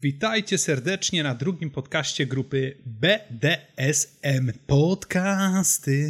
Witajcie serdecznie na drugim podcaście grupy BDSM Podcasty.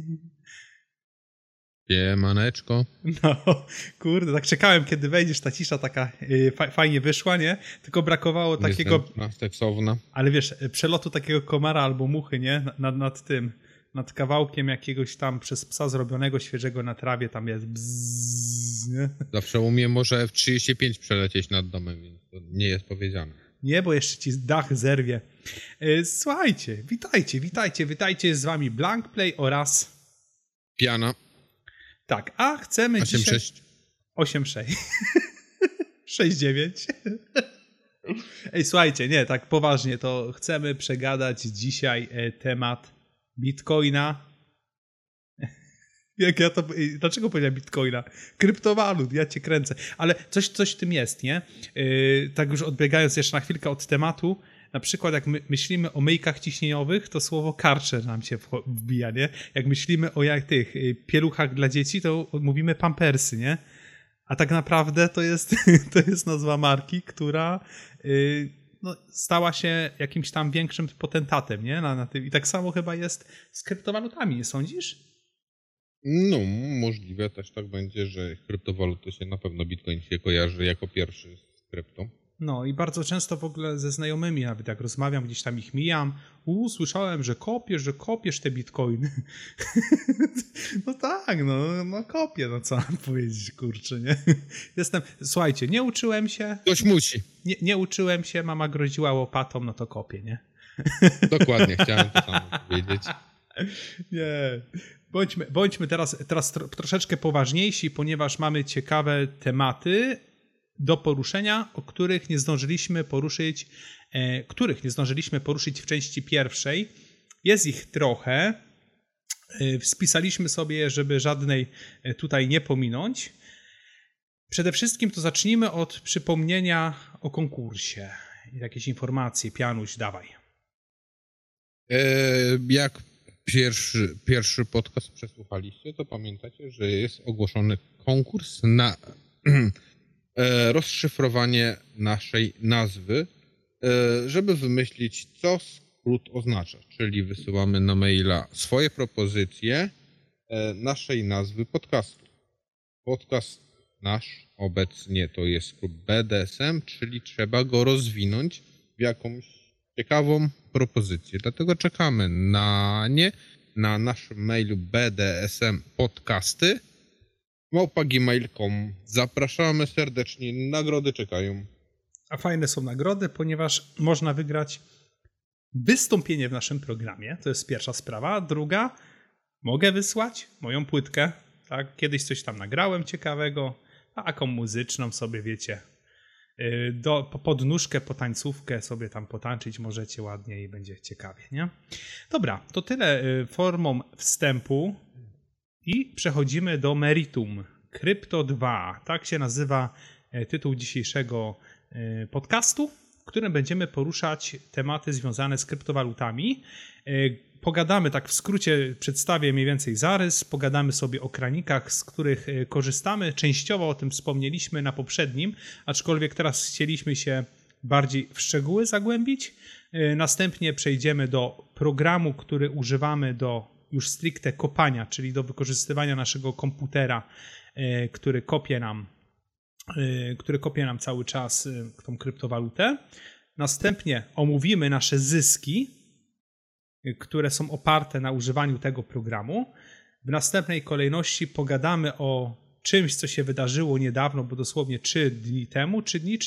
Siemaneczko. No, kurde, tak czekałem, kiedy wejdziesz, ta cisza taka fajnie wyszła, nie? Tylko brakowało takiego... Seksowna. Ale wiesz, przelotu takiego komara albo muchy, nie? Nad tym, nad kawałkiem jakiegoś tam przez psa zrobionego, świeżego na trawie, tam jest bzzz, nie? Zawsze umiem może w 35 przelecieć nad domem, więc to nie jest powiedziane. Nie, bo jeszcze ci dach zerwie. Słuchajcie, witajcie, z wami Blankplay oraz... Piana. Tak, a chcemy 8-6. dzisiaj... 8-6. 6-9. Ej, słuchajcie, nie, tak poważnie, to chcemy przegadać dzisiaj temat Bitcoina. Jak ja to... Dlaczego powiedziałem Bitcoina? Kryptowalut, ja cię kręcę. Ale coś w tym jest, nie? Tak już odbiegając jeszcze na chwilkę od tematu, na przykład jak myślimy o myjkach ciśnieniowych, to słowo karcher nam się wbija, nie? Jak myślimy o tych pieluchach dla dzieci, to mówimy pampersy, nie? A tak naprawdę to jest nazwa marki, która stała się jakimś tam większym potentatem, nie? Na tym. I tak samo chyba jest z kryptowalutami, nie sądzisz? No, możliwe też tak będzie, że kryptowaluty się na pewno Bitcoin się kojarzy jako pierwszy z kryptą. No i bardzo często w ogóle ze znajomymi, nawet jak rozmawiam, gdzieś tam ich mijam, słyszałem, że kopiesz te bitcoiny. No tak, no kopię, no co mam powiedzieć, kurczę, nie? Słuchajcie, nie uczyłem się. Ktoś musi. Nie uczyłem się, mama groziła łopatą, no to kopię, nie? Dokładnie, chciałem to samo powiedzieć. Nie. Bądźmy teraz troszeczkę poważniejsi, ponieważ mamy ciekawe tematy do poruszenia, których nie zdążyliśmy poruszyć w części pierwszej. Jest ich trochę. Spisaliśmy sobie, żeby żadnej tutaj nie pominąć. Przede wszystkim to zacznijmy od przypomnienia o konkursie. Jakieś informacje, Pianuś, dawaj. Jak pierwszy podcast przesłuchaliście, to pamiętacie, że jest ogłoszony konkurs na rozszyfrowanie naszej nazwy, żeby wymyślić, co skrót oznacza. Czyli wysyłamy na maila swoje propozycje naszej nazwy podcastu. Podcast nasz obecnie to jest skrót BDSM, czyli trzeba go rozwinąć w jakąś ciekawą propozycję. Dlatego czekamy na naszym mailu bdsmpodcasty@gmail.com. Zapraszamy serdecznie, nagrody czekają. A fajne są nagrody, ponieważ można wygrać wystąpienie w naszym programie. To jest pierwsza sprawa. Druga, mogę wysłać moją płytkę. Tak? Kiedyś coś tam nagrałem ciekawego, taką muzyczną sobie, wiecie, pod nóżkę, po tańcówkę sobie tam potańczyć możecie ładnie i będzie ciekawie, nie? Dobra, to tyle formą wstępu i przechodzimy do meritum. Krypto 2, tak się nazywa tytuł dzisiejszego podcastu, w którym będziemy poruszać tematy związane z kryptowalutami. Pogadamy, tak w skrócie przedstawię mniej więcej zarys, pogadamy sobie o kranikach, z których korzystamy. Częściowo o tym wspomnieliśmy na poprzednim, aczkolwiek teraz chcieliśmy się bardziej w szczegóły zagłębić. Następnie przejdziemy do programu, który używamy do już stricte kopania, czyli do wykorzystywania naszego komputera, który kopie nam cały czas tą kryptowalutę. Następnie omówimy nasze zyski, które są oparte na używaniu tego programu. W następnej kolejności pogadamy o czymś, co się wydarzyło niedawno, bo dosłownie 3 dni temu,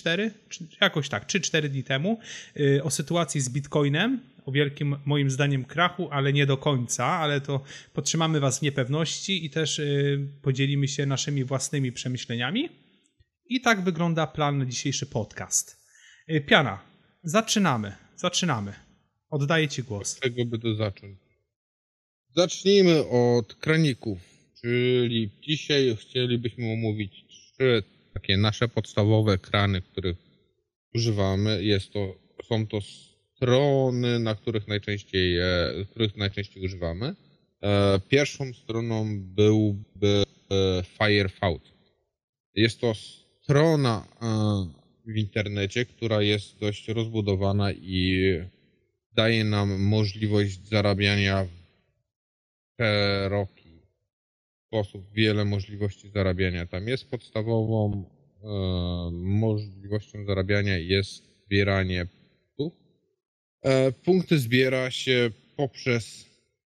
3-4 dni temu, o sytuacji z Bitcoinem, o wielkim moim zdaniem krachu, ale nie do końca, ale to podtrzymamy was w niepewności i też podzielimy się naszymi własnymi przemyśleniami. I tak wygląda plan na dzisiejszy podcast. Piana, zaczynamy. Oddaję ci głos. Od czego by to zacząć? Zacznijmy od kraników, czyli dzisiaj chcielibyśmy omówić 3 takie nasze podstawowe krany, których używamy. Są to strony, których najczęściej używamy. Pierwszą stroną byłby Firefox. Jest to strona w internecie, która jest dość rozbudowana i daje nam możliwość zarabiania w szeroki sposób, wiele możliwości zarabiania. Tam jest podstawową możliwością zarabiania jest zbieranie punktów. Punkty zbiera się poprzez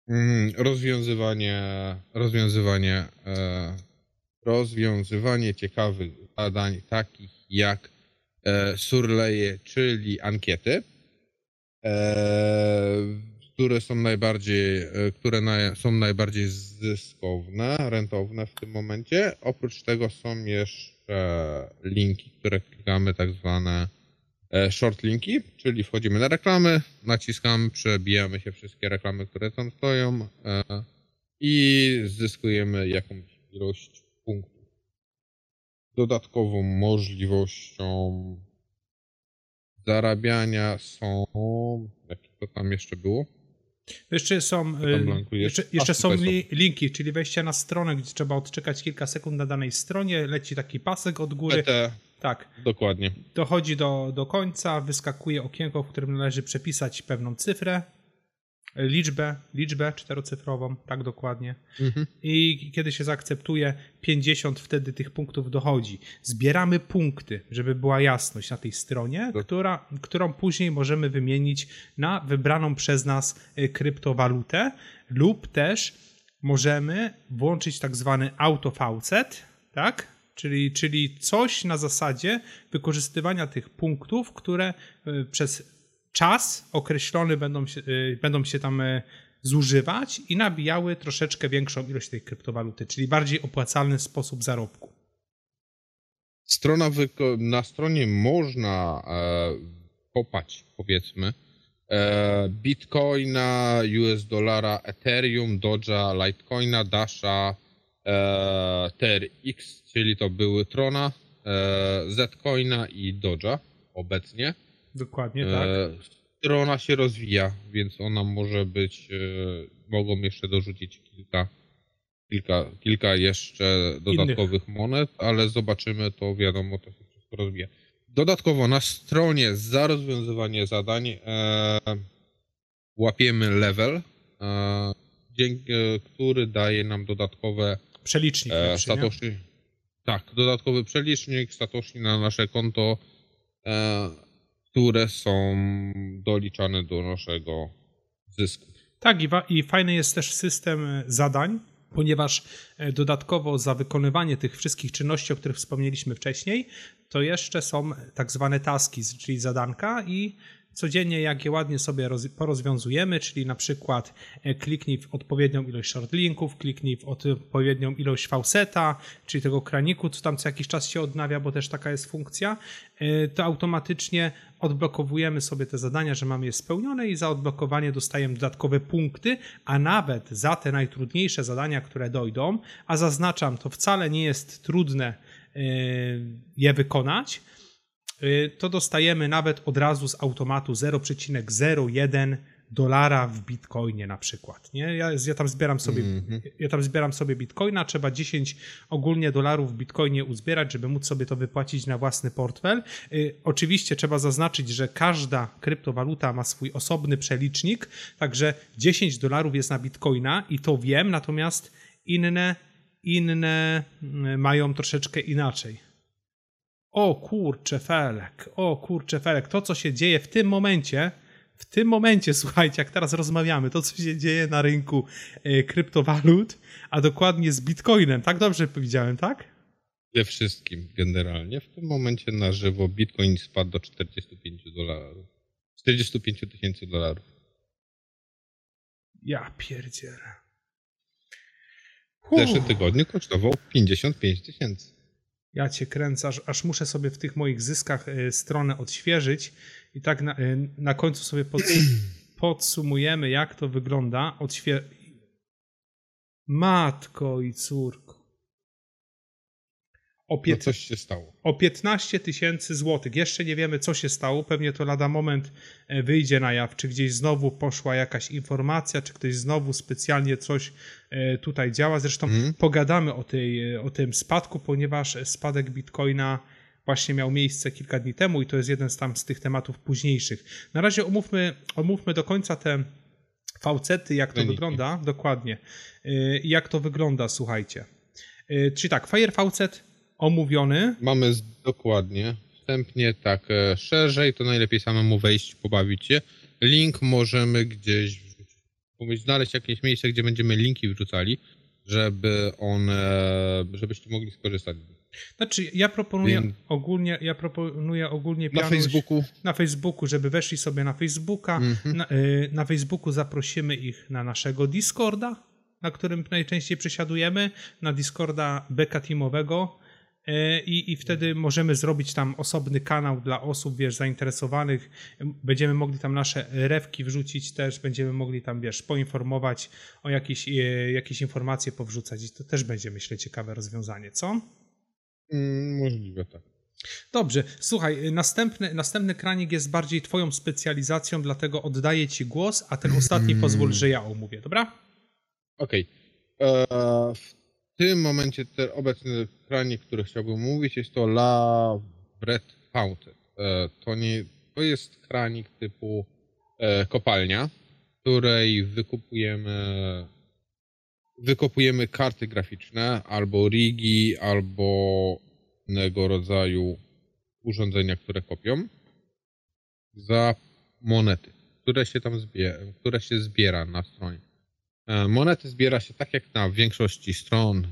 rozwiązywanie ciekawych zadań, takich jak surleje, czyli ankiety, które są najbardziej zyskowne, rentowne w tym momencie. Oprócz tego są jeszcze linki, które klikamy, tak zwane short linki, czyli wchodzimy na reklamy, naciskamy, przebijamy się wszystkie reklamy, które tam stoją i zyskujemy jakąś ilość punktów. Dodatkową możliwością zarabiania są... Jakie to tam jeszcze było? Jeszcze są linki, czyli wejście na stronę, gdzie trzeba odczekać kilka sekund na danej stronie, leci taki pasek od góry. Tak. Dokładnie. Dochodzi do końca, wyskakuje okienko, w którym należy przepisać pewną cyfrę, liczbę czterocyfrową, tak dokładnie. I kiedy się zaakceptuje, 50 wtedy tych punktów dochodzi. Zbieramy punkty, żeby była jasność na tej stronie, którą później możemy wymienić na wybraną przez nas kryptowalutę lub też możemy włączyć tak zwany autofaucet, tak? Czyli coś na zasadzie wykorzystywania tych punktów, które przez czas określony będą się tam zużywać i nabijały troszeczkę większą ilość tej kryptowaluty, czyli bardziej opłacalny sposób zarobku. Na stronie można kopać, powiedzmy, Bitcoina, US dolara, Ethereum, Doge'a, Litecoina, Dasha, TRX, czyli to były Trona, Zcoina i Doge'a obecnie. Dokładnie, tak. Strona się rozwija, więc ona może być, mogą jeszcze dorzucić kilka jeszcze dodatkowych monet, ale zobaczymy, to wiadomo, to się wszystko rozwija. Dodatkowo na stronie za rozwiązywanie zadań łapiemy level, który daje nam dodatkowe przelicznik satoshi. Tak, dodatkowy przelicznik satoshi na nasze konto, które są doliczane do naszego zysku. Tak, i fajny jest też system zadań, ponieważ dodatkowo za wykonywanie tych wszystkich czynności, o których wspomnieliśmy wcześniej, to jeszcze są tak zwane taski, czyli zadanka i codziennie jak je ładnie sobie porozwiązujemy, czyli na przykład kliknij w odpowiednią ilość shortlinków, kliknij w odpowiednią ilość fauceta, czyli tego kraniku, co tam co jakiś czas się odnawia, bo też taka jest funkcja, to automatycznie odblokowujemy sobie te zadania, że mamy je spełnione i za odblokowanie dostajemy dodatkowe punkty, a nawet za te najtrudniejsze zadania, które dojdą, a zaznaczam, to wcale nie jest trudne je wykonać, to dostajemy nawet od razu z automatu 0,01 dolara w bitcoinie na przykład. Nie? Ja tam zbieram sobie bitcoina, trzeba 10 ogólnie dolarów w bitcoinie uzbierać, żeby móc sobie to wypłacić na własny portfel. Oczywiście trzeba zaznaczyć, że każda kryptowaluta ma swój osobny przelicznik, także 10 dolarów jest na bitcoina i to wiem, natomiast inne mają troszeczkę inaczej. O kurcze felek, to co się dzieje w tym momencie, słuchajcie, jak teraz rozmawiamy, to co się dzieje na rynku kryptowalut, a dokładnie z Bitcoinem, tak dobrze powiedziałem, tak? Ze wszystkim generalnie. W tym momencie na żywo Bitcoin spadł do 45 tysięcy dolarów. Ja pierdzielę. W zeszłym tygodniu kosztował 55 tysięcy. Ja cię kręcę, aż muszę sobie w tych moich zyskach stronę odświeżyć i tak na końcu sobie podsumujemy, jak to wygląda. Matko i córko. Coś się stało. O 15 tysięcy złotych. Jeszcze nie wiemy, co się stało. Pewnie to lada moment wyjdzie na jaw, czy gdzieś znowu poszła jakaś informacja, czy ktoś znowu specjalnie coś tutaj działa. Zresztą pogadamy o tym spadku, ponieważ spadek Bitcoina właśnie miał miejsce kilka dni temu i to jest jeden z tych tematów późniejszych. Na razie omówmy do końca te VC-ty, jak to wygląda. Dokładnie. Jak to wygląda, słuchajcie. Czyli tak, Fire VC omówiony. Mamy dokładnie. Wstępnie tak szerzej, to najlepiej samemu wejść, pobawić się. Link możemy gdzieś znaleźć jakieś miejsce, gdzie będziemy linki wrzucali, żebyście mogli skorzystać. Znaczy, ja proponuję ogólnie na Facebooku. Na Facebooku, żeby weszli sobie na Facebooka. Na Facebooku zaprosimy ich na naszego Discorda, na którym najczęściej przesiadujemy, na Discorda beka teamowego. I wtedy możemy zrobić tam osobny kanał dla osób, zainteresowanych. Będziemy mogli tam nasze rewki wrzucić też, będziemy mogli tam, poinformować o jakieś informacje powrzucać i to też będzie, myślę, ciekawe rozwiązanie, co? Możliwe, tak. Dobrze, słuchaj, następny kranik jest bardziej twoją specjalizacją, dlatego oddaję ci głos, a ten ostatni pozwól, że ja omówię, dobra? Okej. W tym momencie obecny kranik, który chciałbym mówić, jest to La Bret Fountain. To jest kranik typu kopalnia, w której wykopujemy karty graficzne, albo rigi, albo innego rodzaju urządzenia, które kopią, za monety, które się zbiera na stronie. Monety zbiera się tak jak na większości stron,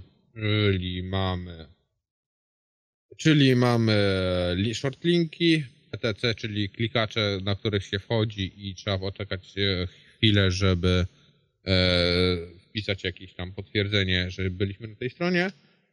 czyli mamy shortlinki, PTC, czyli klikacze, na których się wchodzi i trzeba poczekać chwilę, żeby wpisać jakieś tam potwierdzenie, że byliśmy na tej stronie.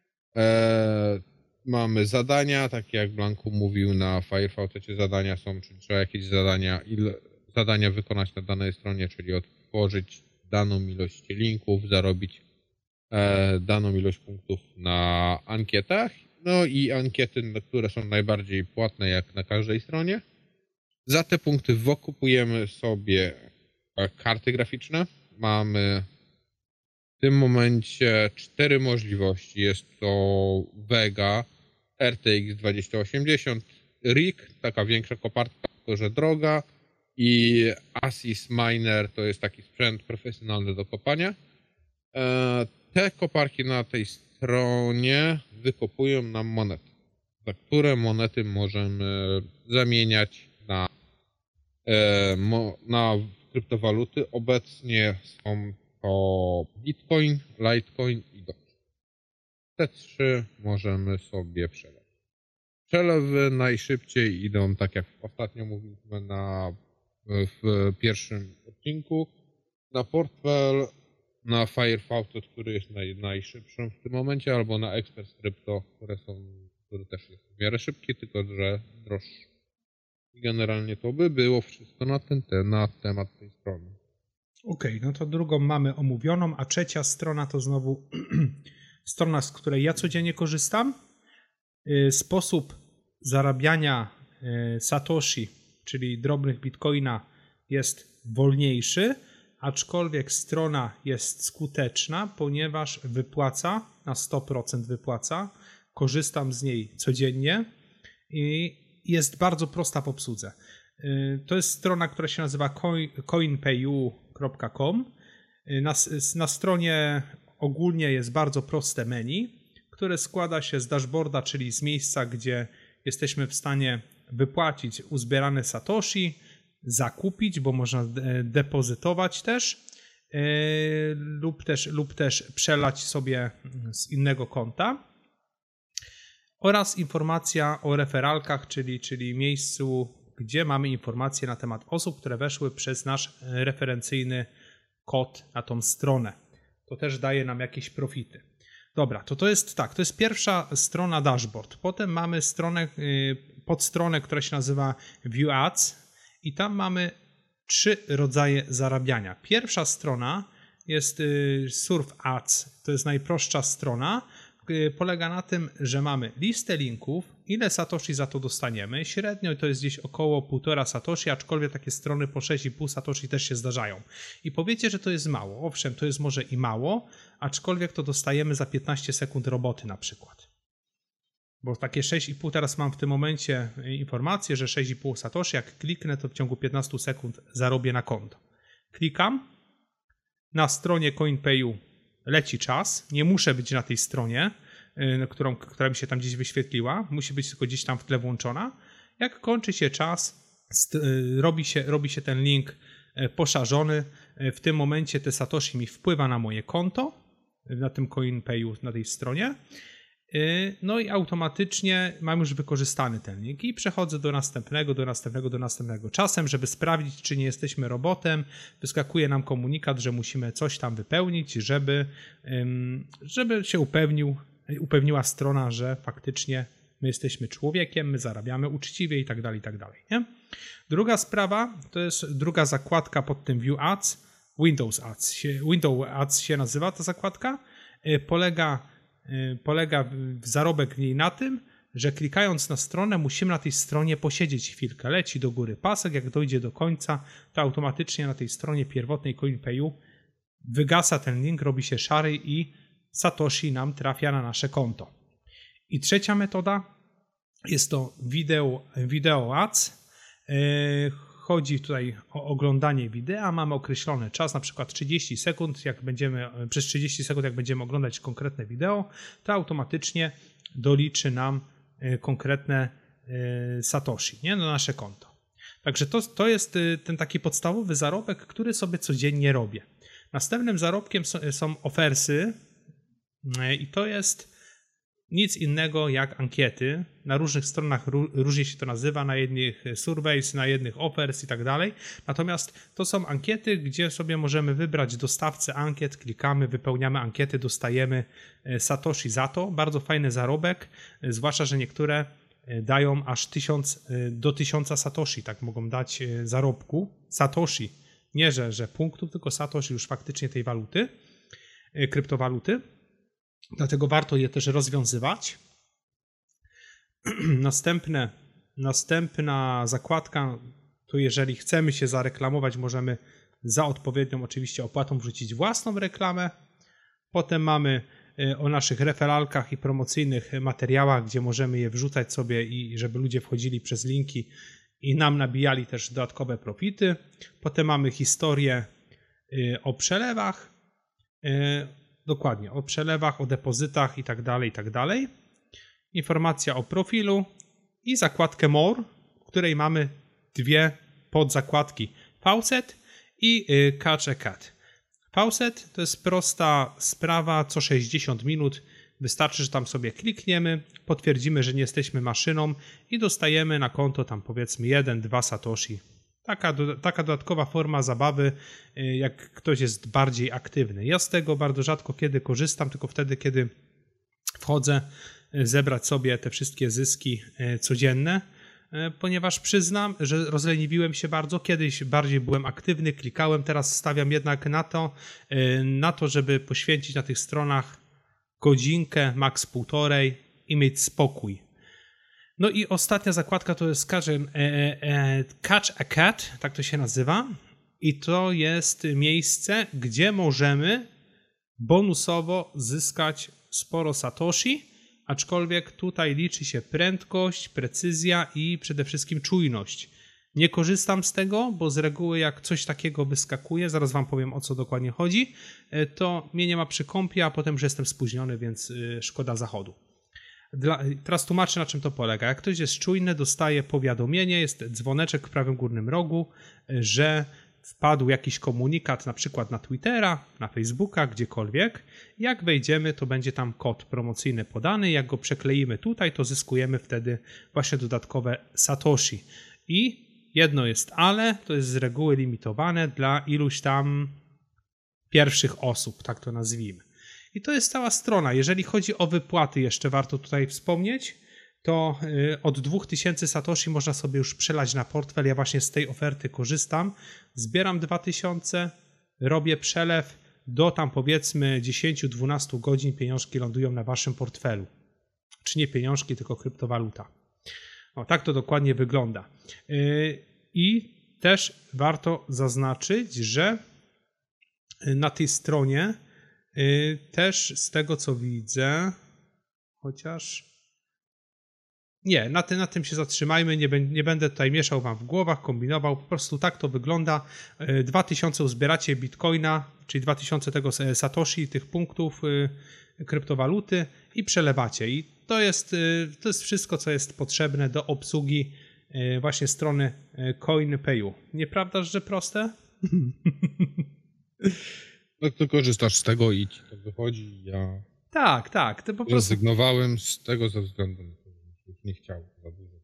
Mamy zadania, tak jak Blanku mówił, na FireVC zadania są, czyli trzeba jakieś zadania wykonać na danej stronie, czyli otworzyć daną ilość linków, zarobić daną ilość punktów na ankietach, no i ankiety, które są najbardziej płatne, jak na każdej stronie. Za te punkty wykupujemy sobie karty graficzne. Mamy w tym momencie 4 możliwości. Jest to Vega, RTX 2080, RIG, taka większa koparka, tylko że droga, i Asis Miner, to jest taki sprzęt profesjonalny do kopania. Te koparki na tej stronie wykopują nam monety, za które monety możemy zamieniać na kryptowaluty. Obecnie są to Bitcoin, Litecoin i Doge. Te 3 możemy sobie przelewać. Przelewy najszybciej idą, tak jak ostatnio mówiliśmy w pierwszym odcinku, na portfel, na FireVC, który jest najszybszym w tym momencie, albo na Expert Crypto, który też jest w miarę szybki, tylko że droższy. I generalnie to by było wszystko na temat tej strony. Okej, no to drugą mamy omówioną, a trzecia strona to znowu strona, z której ja codziennie korzystam. Sposób zarabiania satoshi, czyli drobnych bitcoina, jest wolniejszy, aczkolwiek strona jest skuteczna, ponieważ wypłaca, na 100% wypłaca. Korzystam z niej codziennie i jest bardzo prosta w obsłudze. To jest strona, która się nazywa coinpayu.com. Na stronie ogólnie jest bardzo proste menu, które składa się z dashboarda, czyli z miejsca, gdzie jesteśmy w stanie wypłacić uzbierane satoshi, zakupić, bo można depozytować też, lub też przelać sobie z innego konta. Oraz informacja o referalkach, czyli miejscu, gdzie mamy informacje na temat osób, które weszły przez nasz referencyjny kod na tą stronę. To też daje nam jakieś profity. Dobra, to jest pierwsza strona dashboard. Potem mamy podstronę, która się nazywa View Ads i tam mamy 3 rodzaje zarabiania. Pierwsza strona jest Surf Ads, to jest najprostsza strona. Polega na tym, że mamy listę linków, ile satoshi za to dostaniemy. Średnio to jest gdzieś około 1,5 satoshi, aczkolwiek takie strony po 6,5 satoshi też się zdarzają. I powiecie, że to jest mało. Owszem, to jest może i mało, aczkolwiek to dostajemy za 15 sekund roboty na przykład. Bo takie 6,5 teraz mam w tym momencie informację, że 6,5 satoshi, jak kliknę, to w ciągu 15 sekund zarobię na konto. Klikam, na stronie CoinPayu leci czas, nie muszę być na tej stronie, która mi się tam gdzieś wyświetliła, musi być tylko gdzieś tam w tle włączona. Jak kończy się czas, robi się ten link poszarzony, w tym momencie te satoshi mi wpływa na moje konto, na tym CoinPayu, na tej stronie. No i automatycznie mam już wykorzystany ten link i przechodzę do następnego. Czasem, żeby sprawdzić, czy nie jesteśmy robotem, wyskakuje nam komunikat, że musimy coś tam wypełnić, żeby się upewniła strona, że faktycznie my jesteśmy człowiekiem, my zarabiamy uczciwie i tak dalej, nie? Druga sprawa, to jest druga zakładka pod tym View Ads, Windows Ads się nazywa ta zakładka, polega zarobek w niej na tym, że klikając na stronę musimy na tej stronie posiedzieć chwilkę. Leci do góry pasek, jak dojdzie do końca, to automatycznie na tej stronie pierwotnej CoinPayu wygasa ten link, robi się szary i satoshi nam trafia na nasze konto. I trzecia metoda jest to Video Ads. Chodzi tutaj o oglądanie wideo, mamy określony czas, na przykład 30 sekund, przez 30 sekund jak będziemy oglądać konkretne wideo, to automatycznie doliczy nam konkretne satoshi, nie, na nasze konto. Także to jest ten taki podstawowy zarobek, który sobie codziennie robię. Następnym zarobkiem są offersy i to jest nic innego jak ankiety. Na różnych stronach różnie się to nazywa, na jednych surveys, na jednych offers i tak dalej. Natomiast to są ankiety, gdzie sobie możemy wybrać dostawcę ankiet, klikamy, wypełniamy ankiety, dostajemy satoshi za to. Bardzo fajny zarobek, zwłaszcza, że niektóre dają aż 1000 satoshi, tak mogą dać zarobku. Satoshi, nie że punktów, tylko satoshi już faktycznie tej waluty, kryptowaluty. Dlatego warto je też rozwiązywać. Następna zakładka, to jeżeli chcemy się zareklamować, możemy za odpowiednią oczywiście opłatą wrzucić własną reklamę. Potem mamy o naszych referalkach i promocyjnych materiałach, gdzie możemy je wrzucać sobie i żeby ludzie wchodzili przez linki i nam nabijali też dodatkowe profity. Potem mamy historię o przelewach. Dokładnie, o przelewach, o depozytach i tak dalej. Informacja o profilu i zakładkę More, w której mamy dwie podzakładki. Faucet i Catch a Cat. Faucet to jest prosta sprawa, co 60 minut. Wystarczy, że tam sobie klikniemy, potwierdzimy, że nie jesteśmy maszyną i dostajemy na konto tam powiedzmy 1-2 satoshi. Taka dodatkowa forma zabawy, jak ktoś jest bardziej aktywny. Ja z tego bardzo rzadko kiedy korzystam, tylko wtedy, kiedy wchodzę zebrać sobie te wszystkie zyski codzienne, ponieważ przyznam, że rozleniwiłem się bardzo. Kiedyś bardziej byłem aktywny, klikałem, teraz stawiam jednak na to, żeby poświęcić na tych stronach godzinkę, maks półtorej i mieć spokój. No i ostatnia zakładka to jest Catch a Cat, tak to się nazywa. I to jest miejsce, gdzie możemy bonusowo zyskać sporo satoshi, aczkolwiek tutaj liczy się prędkość, precyzja i przede wszystkim czujność. Nie korzystam z tego, bo z reguły jak coś takiego wyskakuje, zaraz wam powiem o co dokładnie chodzi, to mnie nie ma przy kompie, a potem, że jestem spóźniony, więc szkoda zachodu. Teraz tłumaczę, na czym to polega. Jak ktoś jest czujny, dostaje powiadomienie, jest dzwoneczek w prawym górnym rogu, że wpadł jakiś komunikat, na przykład na Twittera, na Facebooka, gdziekolwiek. Jak wejdziemy, to będzie tam kod promocyjny podany. Jak go przekleimy tutaj, to zyskujemy wtedy właśnie dodatkowe satoshi. I jedno jest ale, to jest z reguły limitowane dla iluś tam pierwszych osób, tak to nazwijmy. I to jest cała strona. Jeżeli chodzi o wypłaty, jeszcze warto tutaj wspomnieć, to od 2000 satoshi można sobie już przelać na portfel. Ja właśnie z tej oferty korzystam. Zbieram 2000, robię przelew, do tam powiedzmy 10-12 godzin pieniążki lądują na waszym portfelu. Czy nie pieniążki, tylko kryptowaluta. O, tak to dokładnie wygląda. I też warto zaznaczyć, że na tej stronie też z tego co widzę, chociaż Nie, na tym się zatrzymajmy, nie będę tutaj mieszał wam w głowach, kombinował, po prostu tak to wygląda. 2000 uzbieracie bitcoina, czyli 2000 tego satoshi, tych punktów kryptowaluty i przelewacie. I to jest wszystko, co jest potrzebne do obsługi właśnie strony CoinPayu. Nieprawdaż, że proste? No to korzystasz z tego i ci to wychodzi. Ja Tak, to po prostu... rezygnowałem z tego ze względu na to, że już nie chciał za dużo.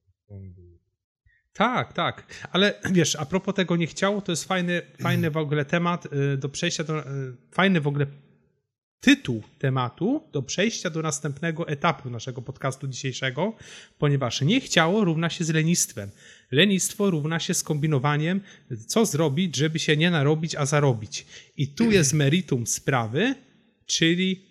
Tak, ale wiesz, a propos tego nie chciało, to jest fajny w ogóle temat do przejścia do... Fajny w ogóle tytuł tematu do przejścia do następnego etapu naszego podcastu dzisiejszego, ponieważ nie chciało równa się z lenistwem. Lenistwo równa się z kombinowaniem, co zrobić, żeby się nie narobić, a zarobić. I tu jest meritum sprawy, czyli...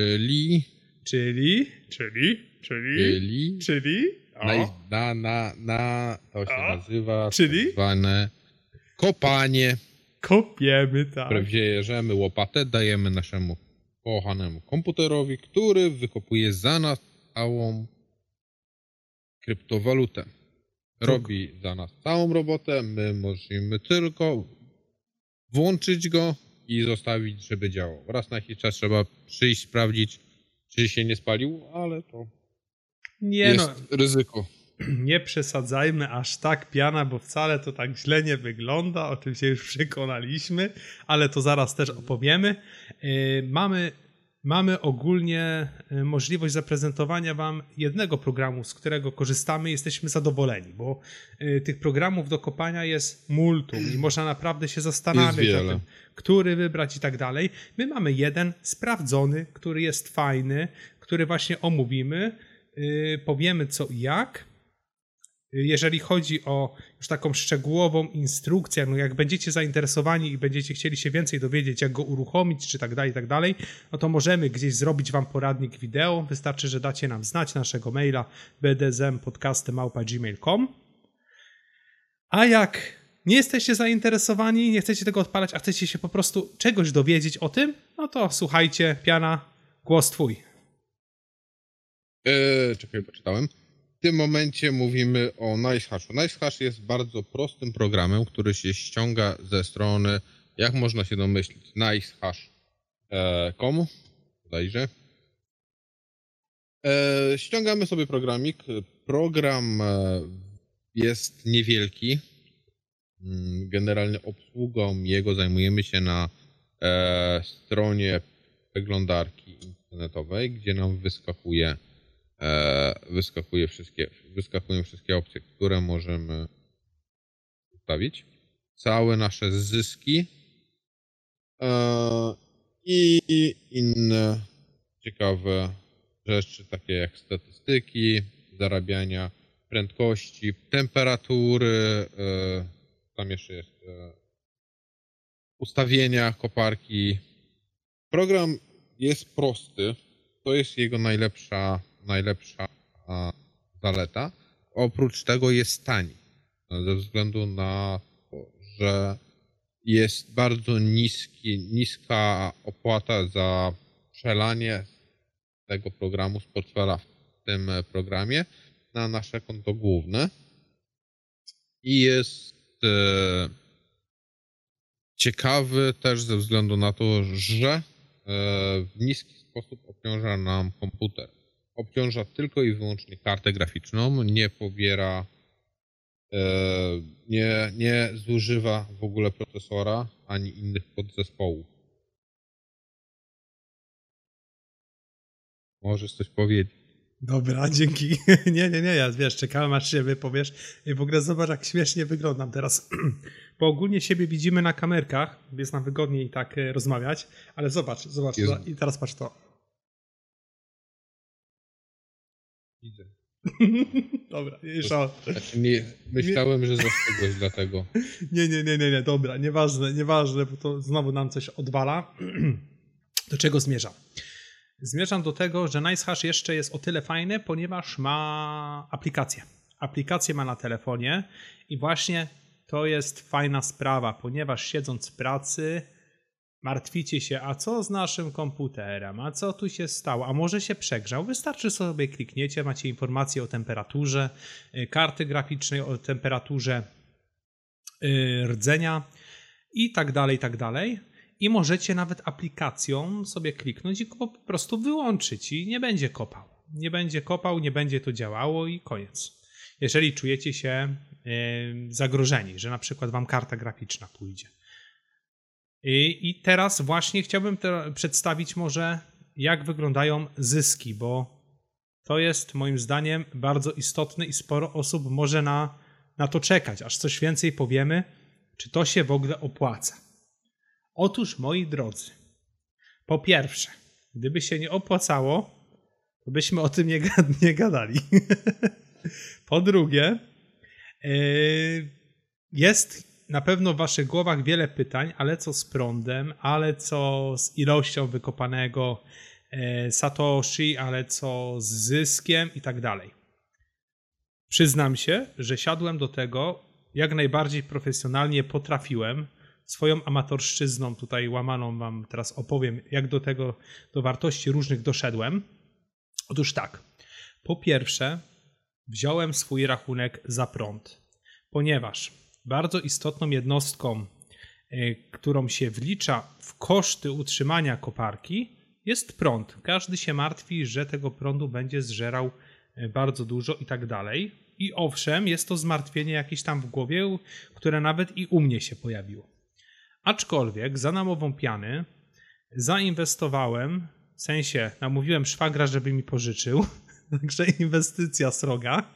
To się nazywa czyli? tak zwane kopanie. Kopiemy, tak. Bierzemy łopatę, dajemy naszemu kochanemu komputerowi, który wykopuje za nas całą kryptowalutę. Robi za nas całą robotę, my możemy tylko włączyć go i zostawić, żeby działał. Raz na jakiś czas trzeba przyjść, sprawdzić, czy się nie spalił, ale to jest ryzyko. Nie przesadzajmy aż tak, piana, bo wcale to tak źle nie wygląda, o czym się już przekonaliśmy, ale to zaraz też opowiemy. Mamy ogólnie możliwość zaprezentowania wam jednego programu, z którego korzystamy i jesteśmy zadowoleni, bo tych programów do kopania jest multum i można naprawdę się zastanawiać o tym, który wybrać i tak dalej. My mamy jeden sprawdzony, który jest fajny, który właśnie omówimy, powiemy co i jak. Jeżeli chodzi o już taką szczegółową instrukcję, no jak będziecie zainteresowani i będziecie chcieli się więcej dowiedzieć, jak go uruchomić, czy tak dalej, no to możemy gdzieś zrobić wam poradnik wideo. Wystarczy, że dacie nam znać naszego maila bdzmpodcasty@gmail.com. A jak nie jesteście zainteresowani, nie chcecie tego odpalać, a chcecie się po prostu czegoś dowiedzieć o tym, no to słuchajcie, piana, głos twój. Czekaj, poczytałem. W tym momencie mówimy o NiceHashu. NiceHash jest bardzo prostym programem, który się ściąga ze strony, jak można się domyślić, nicehash.com bodajże. Ściągamy sobie programik. Program jest niewielki. Generalnie obsługą jego zajmujemy się na stronie przeglądarki internetowej, gdzie nam wyskakują wszystkie opcje, które możemy ustawić. Całe nasze zyski i inne ciekawe rzeczy, takie jak statystyki, zarabiania, prędkości, temperatury, tam jeszcze jest ustawienia koparki. Program jest prosty, to jest jego najlepsza zaleta. Oprócz tego jest tani, ze względu na to, że jest bardzo niska opłata za przelanie tego programu z portfela w tym programie na nasze konto główne i jest ciekawy też ze względu na to, że w niski sposób obciąża nam komputer. Obciąża tylko i wyłącznie kartę graficzną, nie pobiera, nie zużywa w ogóle procesora ani innych podzespołów. Możesz coś powiedzieć? Dobra, dzięki. Nie, ja wiesz, czekałem aż się wypowiesz i w ogóle zobacz, jak śmiesznie wyglądam teraz. Bo ogólnie siebie widzimy na kamerkach, jest nam wygodniej tak rozmawiać, ale zobacz i teraz patrz to. Widzę. Dobra, jeszcze. Myślałem, że zastrzegłeś dlatego. Nie, dobra, nieważne, bo to znowu nam coś odwala. Do czego zmierzam? Zmierzam do tego, że NiceHash jeszcze jest o tyle fajny, ponieważ ma aplikację. Aplikację ma na telefonie i właśnie to jest fajna sprawa, ponieważ siedząc w pracy martwicie się, a co z naszym komputerem, a co tu się stało, a może się przegrzał. Wystarczy sobie klikniecie, macie informacje o temperaturze karty graficznej, o temperaturze rdzenia i tak dalej, i tak dalej. I możecie nawet aplikacją sobie kliknąć i go po prostu wyłączyć i nie będzie kopał. Nie będzie kopał, nie będzie to działało i koniec. Jeżeli czujecie się zagrożeni, że na przykład wam karta graficzna pójdzie. I teraz właśnie chciałbym przedstawić może, jak wyglądają zyski, bo to jest moim zdaniem bardzo istotne i sporo osób może na to czekać, aż coś więcej powiemy, czy to się w ogóle opłaca. Otóż, moi drodzy, po pierwsze, gdyby się nie opłacało, to byśmy o tym nie gadali. Po drugie, jest na pewno w waszych głowach wiele pytań, ale co z prądem, ale co z ilością wykopanego satoshi, ale co z zyskiem i tak dalej. Przyznam się, że siadłem do tego jak najbardziej profesjonalnie potrafiłem. Swoją amatorszczyzną tutaj łamaną wam teraz opowiem, jak do wartości różnych doszedłem. Otóż tak, po pierwsze wziąłem swój rachunek za prąd, ponieważ bardzo istotną jednostką, którą się wlicza w koszty utrzymania koparki, jest prąd. Każdy się martwi, że tego prądu będzie zżerał bardzo dużo i tak dalej. I owszem, jest to zmartwienie jakieś tam w głowie, które nawet i u mnie się pojawiło. Aczkolwiek za namową piany zainwestowałem, w sensie namówiłem szwagra, żeby mi pożyczył, także inwestycja sroga.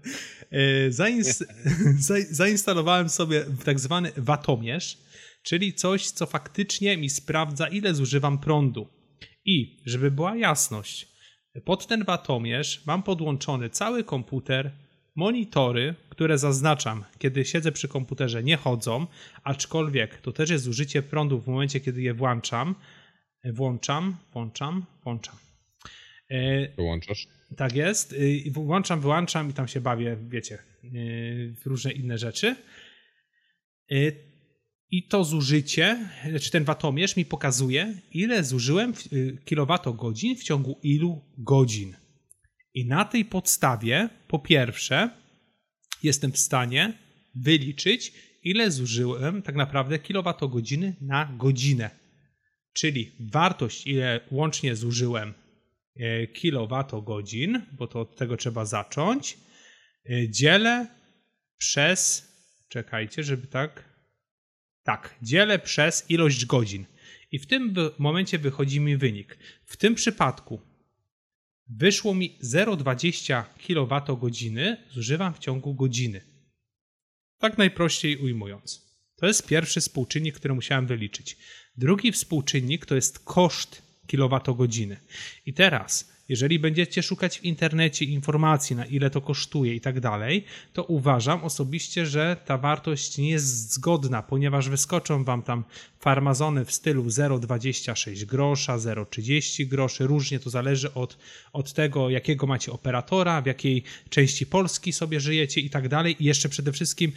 Zainstalowałem sobie tak zwany watomierz, czyli coś, co faktycznie mi sprawdza, ile zużywam prądu. I żeby była jasność, pod ten watomierz mam podłączony cały komputer, monitory, które zaznaczam, kiedy siedzę przy komputerze, nie chodzą, aczkolwiek to też jest zużycie prądu w momencie, kiedy je włączam. Włączam. Wyłączasz? Tak jest. Włączam, wyłączam i tam się bawię, wiecie, w różne inne rzeczy. I to zużycie, czy ten watomierz mi pokazuje, ile zużyłem kilowatogodzin w ciągu ilu godzin. I na tej podstawie, po pierwsze, jestem w stanie wyliczyć, ile zużyłem tak naprawdę kilowatogodziny na godzinę. Czyli wartość, ile łącznie zużyłem kilowatogodzin, bo to od tego trzeba zacząć, dzielę przez, czekajcie, żeby dzielę przez ilość godzin. I w tym momencie wychodzi mi wynik. W tym przypadku wyszło mi 0,20 kWh zużywam w ciągu godziny. Tak najprościej ujmując. To jest pierwszy współczynnik, który musiałem wyliczyć. Drugi współczynnik to jest koszt kilowatogodziny. I teraz, jeżeli będziecie szukać w internecie informacji, na ile to kosztuje i tak dalej, to uważam osobiście, że ta wartość nie jest zgodna, ponieważ wyskoczą wam tam farmazony w stylu 0,26 grosza, 0,30 groszy, różnie to zależy od tego, jakiego macie operatora, w jakiej części Polski sobie żyjecie i tak dalej. I jeszcze przede wszystkim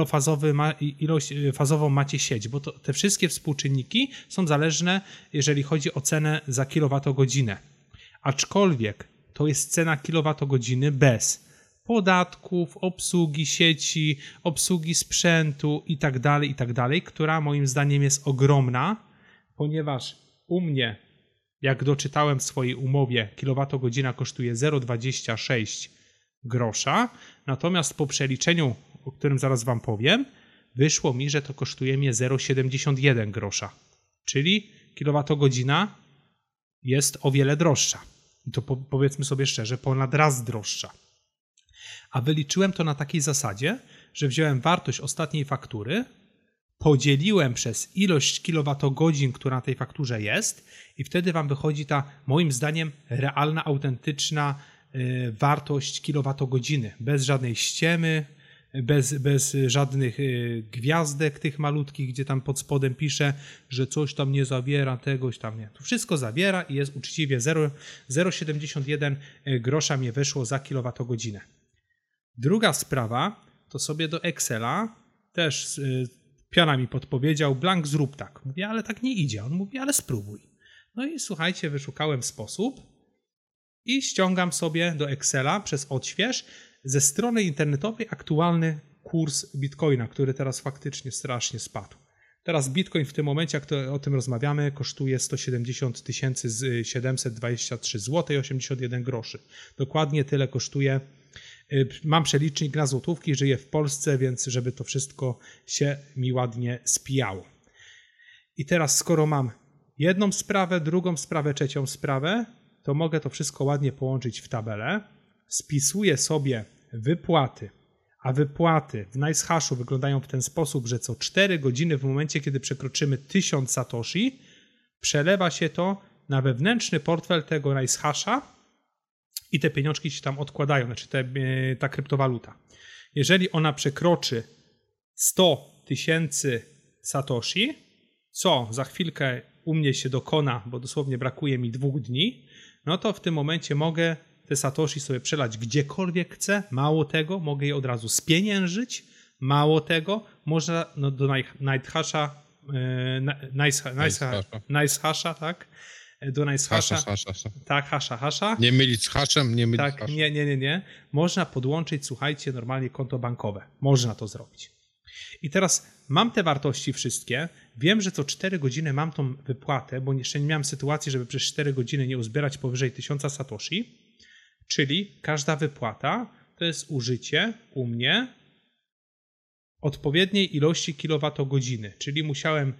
fazową macie sieć, bo te wszystkie współczynniki są zależne, jeżeli chodzi o cenę za kilowatogodzinę. Aczkolwiek to jest cena kilowatogodziny bez podatków, obsługi sieci, obsługi sprzętu i tak dalej, która moim zdaniem jest ogromna, ponieważ u mnie, jak doczytałem w swojej umowie, kilowatogodzina kosztuje 0,26 grosza, natomiast po przeliczeniu, o którym zaraz wam powiem, wyszło mi, że to kosztuje mnie 0,71 grosza, czyli kilowatogodzina jest o wiele droższa. I to powiedzmy sobie szczerze, ponad raz droższa. A wyliczyłem to na takiej zasadzie, że wziąłem wartość ostatniej faktury, podzieliłem przez ilość kilowatogodzin, która na tej fakturze jest i wtedy wam wychodzi ta, moim zdaniem, realna, autentyczna wartość kilowatogodziny. Bez żadnej ściemy, bez żadnych gwiazdek tych malutkich, gdzie tam pod spodem pisze, że coś tam nie zawiera, tegoś tam nie. To wszystko zawiera i jest uczciwie 0,71 grosza mnie weszło za kilowatogodzinę. Druga sprawa, to sobie do Excela też Piana mi podpowiedział, Blank, zrób tak. Mówię, ale tak nie idzie. On mówi, ale spróbuj. No i słuchajcie, wyszukałem sposób i ściągam sobie do Excela przez odśwież ze strony internetowej aktualny kurs Bitcoina, który teraz faktycznie strasznie spadł. Teraz Bitcoin w tym momencie, jak o tym rozmawiamy, kosztuje 170 723 zł 81 groszy. Dokładnie tyle kosztuje. Mam przelicznik na złotówki, żyję w Polsce, więc żeby to wszystko się mi ładnie spijało. I teraz skoro mam jedną sprawę, drugą sprawę, trzecią sprawę, to mogę to wszystko ładnie połączyć w tabelę. Spisuję sobie wypłaty, a wypłaty w NiceHashu wyglądają w ten sposób, że co 4 godziny w momencie, kiedy przekroczymy 1000 satoshi, przelewa się to na wewnętrzny portfel tego NiceHasha i te pieniążki się tam odkładają, znaczy ta kryptowaluta. Jeżeli ona przekroczy 100 000 satoshi, co za chwilkę u mnie się dokona, bo dosłownie brakuje mi 2 dni, no to w tym momencie mogę te satoshi sobie przelać gdziekolwiek chcę. Mało tego, mogę je od razu spieniężyć. Mało tego, można do NiceHasha, tak? Do NiceHasha. Tak, hasha. Nie mylić z haszem, nie mylić tak, z haszem. Nie. Można podłączyć, słuchajcie, normalnie konto bankowe. Można to zrobić. I teraz mam te wartości wszystkie. Wiem, że co 4 godziny mam tą wypłatę, bo jeszcze nie miałem sytuacji, żeby przez 4 godziny nie uzbierać powyżej 1000 satoshi. Czyli każda wypłata to jest użycie u mnie odpowiedniej ilości kilowatogodziny. Czyli musiałem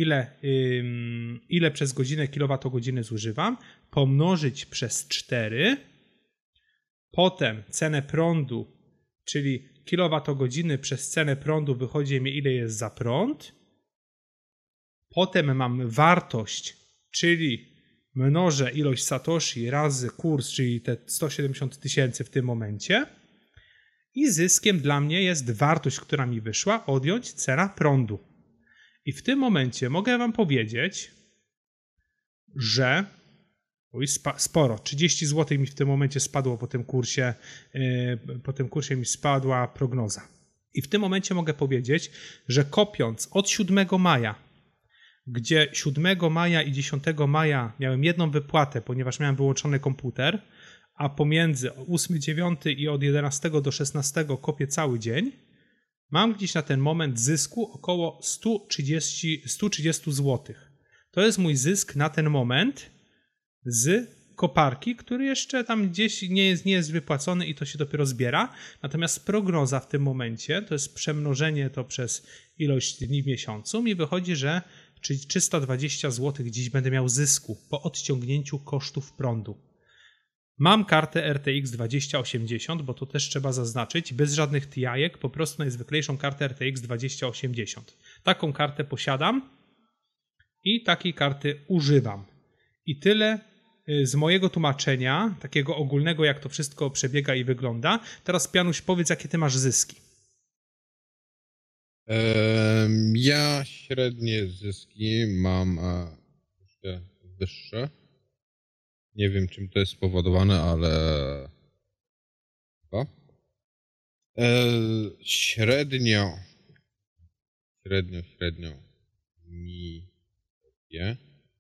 ile przez godzinę kilowatogodziny zużywam, pomnożyć przez 4, potem cenę prądu, czyli kilowatogodziny przez cenę prądu wychodzi mi ile jest za prąd, potem mam wartość, czyli mnożę ilość satoshi razy kurs, czyli te 170 000 w tym momencie i zyskiem dla mnie jest wartość, która mi wyszła, odjąć cena prądu. I w tym momencie mogę wam powiedzieć, że sporo, 30 zł mi w tym momencie spadło po tym kursie mi spadła prognoza. I w tym momencie mogę powiedzieć, że kopiąc od 7 maja, gdzie 7 maja i 10 maja miałem jedną wypłatę, ponieważ miałem wyłączony komputer, a pomiędzy 8, 9 i od 11 do 16 kopię cały dzień, mam gdzieś na ten moment zysku około 130 zł. To jest mój zysk na ten moment z koparki, który jeszcze tam gdzieś nie jest wypłacony i to się dopiero zbiera. Natomiast prognoza w tym momencie to jest przemnożenie to przez ilość dni w miesiącu. Mi wychodzi, że 320 zł dziś będę miał zysku po odciągnięciu kosztów prądu. Mam kartę RTX 2080, bo to też trzeba zaznaczyć, bez żadnych TI-ek, po prostu najzwyklejszą kartę RTX 2080. Taką kartę posiadam i takiej karty używam. I tyle z mojego tłumaczenia, takiego ogólnego, jak to wszystko przebiega i wygląda. Teraz, Pianuś, powiedz, jakie ty masz zyski. Ja średnie zyski mam jeszcze wyższe. Nie wiem, czym to jest spowodowane, ale chyba. Średnio mi wie.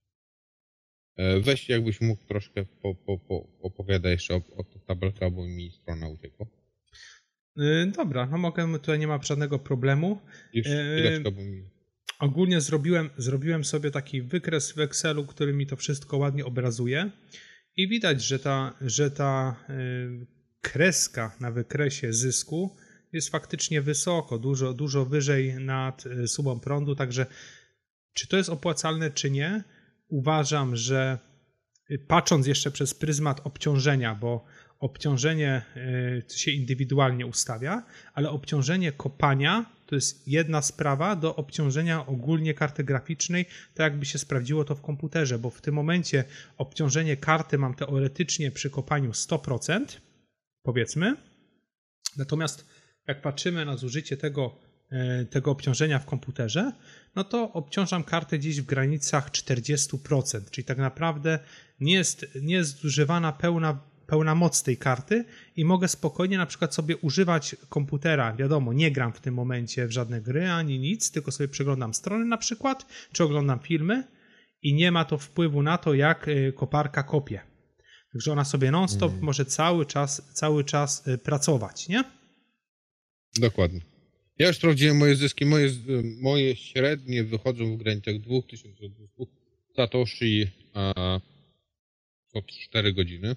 Weź, jakbyś mógł troszkę opowiadać jeszcze o tych tabelkach, bo mi strona uciekła. Dobra, no mogę, tutaj nie ma żadnego problemu. Już chwileczkę, bo mi... Ogólnie zrobiłem sobie taki wykres w Excelu, który mi to wszystko ładnie obrazuje i widać, że ta kreska na wykresie zysku jest faktycznie wysoko, dużo wyżej nad sumą prądu, także czy to jest opłacalne, czy nie? Uważam, że patrząc jeszcze przez pryzmat obciążenia, bo obciążenie się indywidualnie ustawia, ale obciążenie kopania to jest jedna sprawa do obciążenia ogólnie karty graficznej, tak jakby się sprawdziło to w komputerze, bo w tym momencie obciążenie karty mam teoretycznie przy kopaniu 100%, powiedzmy, natomiast jak patrzymy na zużycie tego obciążenia w komputerze, no to obciążam kartę gdzieś w granicach 40%, czyli tak naprawdę nie jest zużywana pełna moc tej karty i mogę spokojnie na przykład sobie używać komputera. Wiadomo, nie gram w tym momencie w żadne gry ani nic, tylko sobie przeglądam strony na przykład, czy oglądam filmy i nie ma to wpływu na to, jak koparka kopie. Także ona sobie non-stop może cały czas pracować, nie? Dokładnie. Ja już sprawdziłem moje zyski. Moje średnie wychodzą w granicach 2200 satoshi co 4 godziny.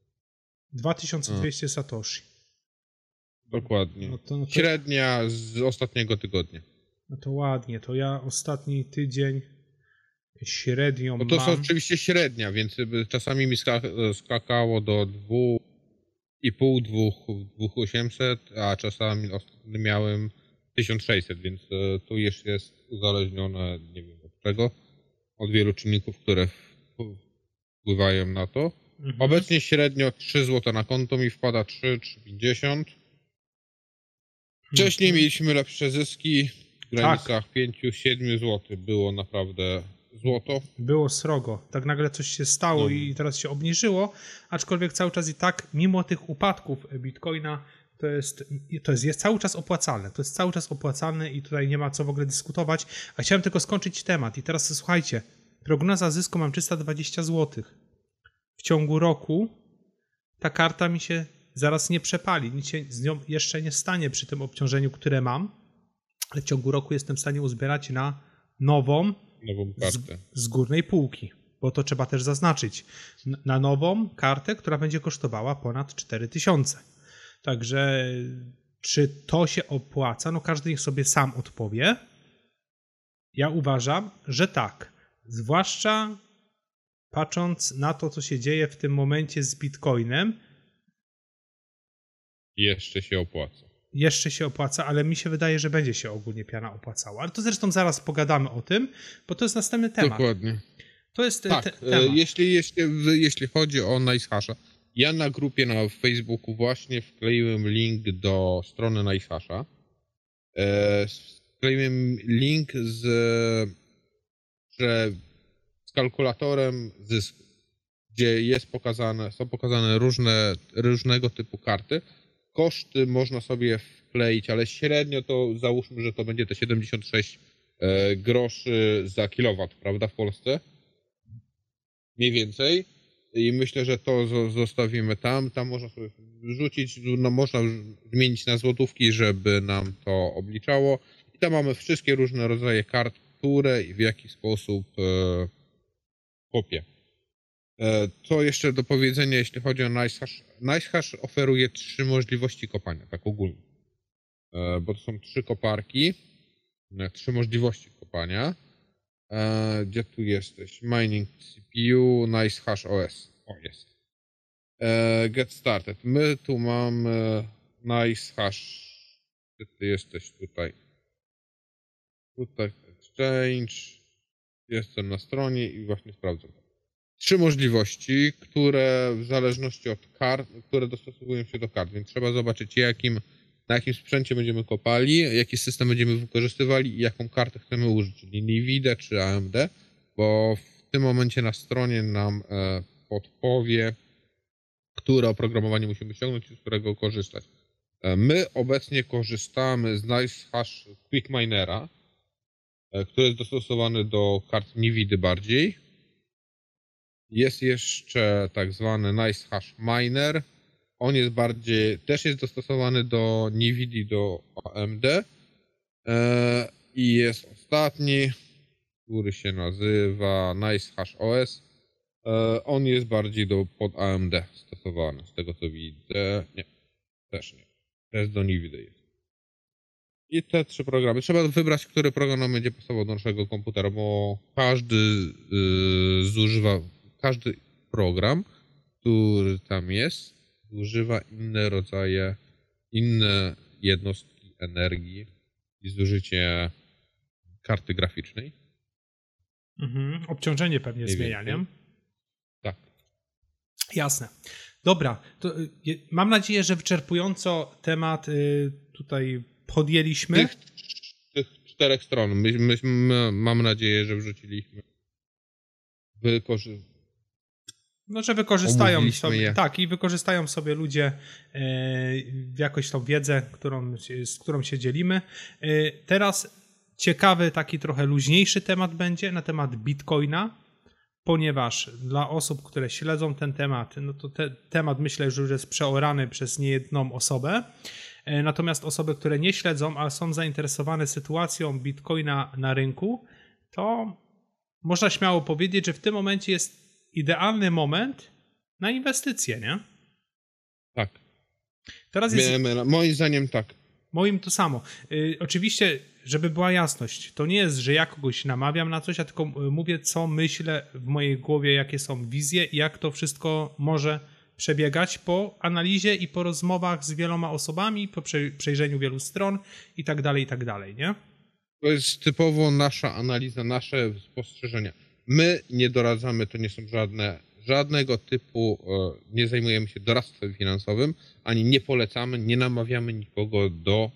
2200 satoshi. Dokładnie. No to średnia z ostatniego tygodnia. No to ładnie. To ja ostatni tydzień średnią No to mam... jest oczywiście średnia, więc czasami mi skakało do 2,5, 2800, a czasami ostatnio miałem 1600, więc tu jeszcze jest uzależnione, nie wiem od czego, od wielu czynników, które wpływają na to. Obecnie średnio 3 zł na konto mi wpada, 3,50. Wcześniej mieliśmy lepsze zyski w granicach 5-7 zł. Było naprawdę złoto. Było srogo. Tak nagle coś się stało i teraz się obniżyło, aczkolwiek cały czas i tak, mimo tych upadków Bitcoina, to jest cały czas opłacalne. To jest cały czas opłacalne i tutaj nie ma co w ogóle dyskutować. A chciałem tylko skończyć temat. I teraz słuchajcie, prognoza zysku mam 320 zł. W ciągu roku ta karta mi się zaraz nie przepali. Nic się z nią jeszcze nie stanie przy tym obciążeniu, które mam. Ale w ciągu roku jestem w stanie uzbierać na nową kartę z górnej półki. Bo to trzeba też zaznaczyć. Na nową kartę, która będzie kosztowała ponad 4000. Także czy to się opłaca? No każdy niech sobie sam odpowie. Ja uważam, że tak. Zwłaszcza patrząc na to, co się dzieje w tym momencie z Bitcoinem. Jeszcze się opłaca. Jeszcze się opłaca, ale mi się wydaje, że będzie się ogólnie piana opłacała. Ale to zresztą zaraz pogadamy o tym, bo to jest następny temat. Dokładnie. To jest tak, temat. Jeśli chodzi o NiceHasha, ja na grupie na Facebooku właśnie wkleiłem link do strony NiceHasha. Wkleiłem link z kalkulatorem zysku, gdzie są pokazane różnego typu karty. Koszty można sobie wkleić, ale średnio to załóżmy, że to będzie te 76 groszy za kilowat, prawda, w Polsce? Mniej więcej. I myślę, że to zostawimy tam. Tam można sobie wrzucić, no można zmienić na złotówki, żeby nam to obliczało. I tam mamy wszystkie różne rodzaje kart, które i w jaki sposób kopię. Co jeszcze do powiedzenia, jeśli chodzi o NiceHash? NiceHash oferuje 3 możliwości kopania, tak ogólnie. Bo to są 3 koparki, 3 możliwości kopania. Gdzie tu jesteś? Mining CPU, NiceHash OS. O, jest. Get started. My tu mamy NiceHash. Gdzie ty jesteś tutaj? Tutaj Exchange. Jestem na stronie i właśnie sprawdzam. 3 możliwości, które w zależności od kart, które dostosowują się do kart, więc trzeba zobaczyć na jakim sprzęcie będziemy kopali, jaki system będziemy wykorzystywali i jaką kartę chcemy użyć, czyli NVIDIA czy AMD, bo w tym momencie na stronie nam podpowie, które oprogramowanie musimy ściągnąć i z którego korzystać. My obecnie korzystamy z NiceHash Quick Minera, który jest dostosowany do kart NVIDIA bardziej. Jest jeszcze tak zwany NiceHash Miner. On jest też jest dostosowany do NVIDIA, do AMD. I jest ostatni, który się nazywa NiceHash OS. On jest bardziej pod AMD stosowany, z tego co widzę. Nie, też nie. Też do NVIDIA jest. I te 3 programy. Trzeba wybrać, który program nam będzie pasował do naszego komputera, bo każdy program, który tam jest, zużywa inne jednostki energii i zużycie karty graficznej. Obciążenie pewnie zmienia, nie? Tak. Jasne. Dobra, to mam nadzieję, że wyczerpująco temat tutaj podjęliśmy. Tych 4 stron. My mam nadzieję, że wrzuciliśmy No, że wykorzystają Omówiliśmy sobie, je. tak, i wykorzystają sobie ludzie jakoś tą wiedzę, z którą się dzielimy. Teraz ciekawy, taki trochę luźniejszy temat będzie na temat Bitcoina, ponieważ dla osób, które śledzą ten temat, no to temat myślę, że już jest przeorany przez niejedną osobę. Natomiast osoby, które nie śledzą, ale są zainteresowane sytuacją Bitcoina na rynku, to można śmiało powiedzieć, że w tym momencie jest idealny moment na inwestycje, nie? Tak. Teraz jest, Moim zdaniem tak. moim to samo. Oczywiście, żeby była jasność, to nie jest, że ja kogoś namawiam na coś, ja tylko mówię, co myślę w mojej głowie, jakie są wizje i jak to wszystko może przebiegać po analizie i po rozmowach z wieloma osobami, po przejrzeniu wielu stron i tak dalej, nie? To jest typowo nasza analiza, nasze spostrzeżenia. My nie doradzamy, to nie są żadnego typu, nie zajmujemy się doradztwem finansowym, ani nie polecamy, nie namawiamy nikogo do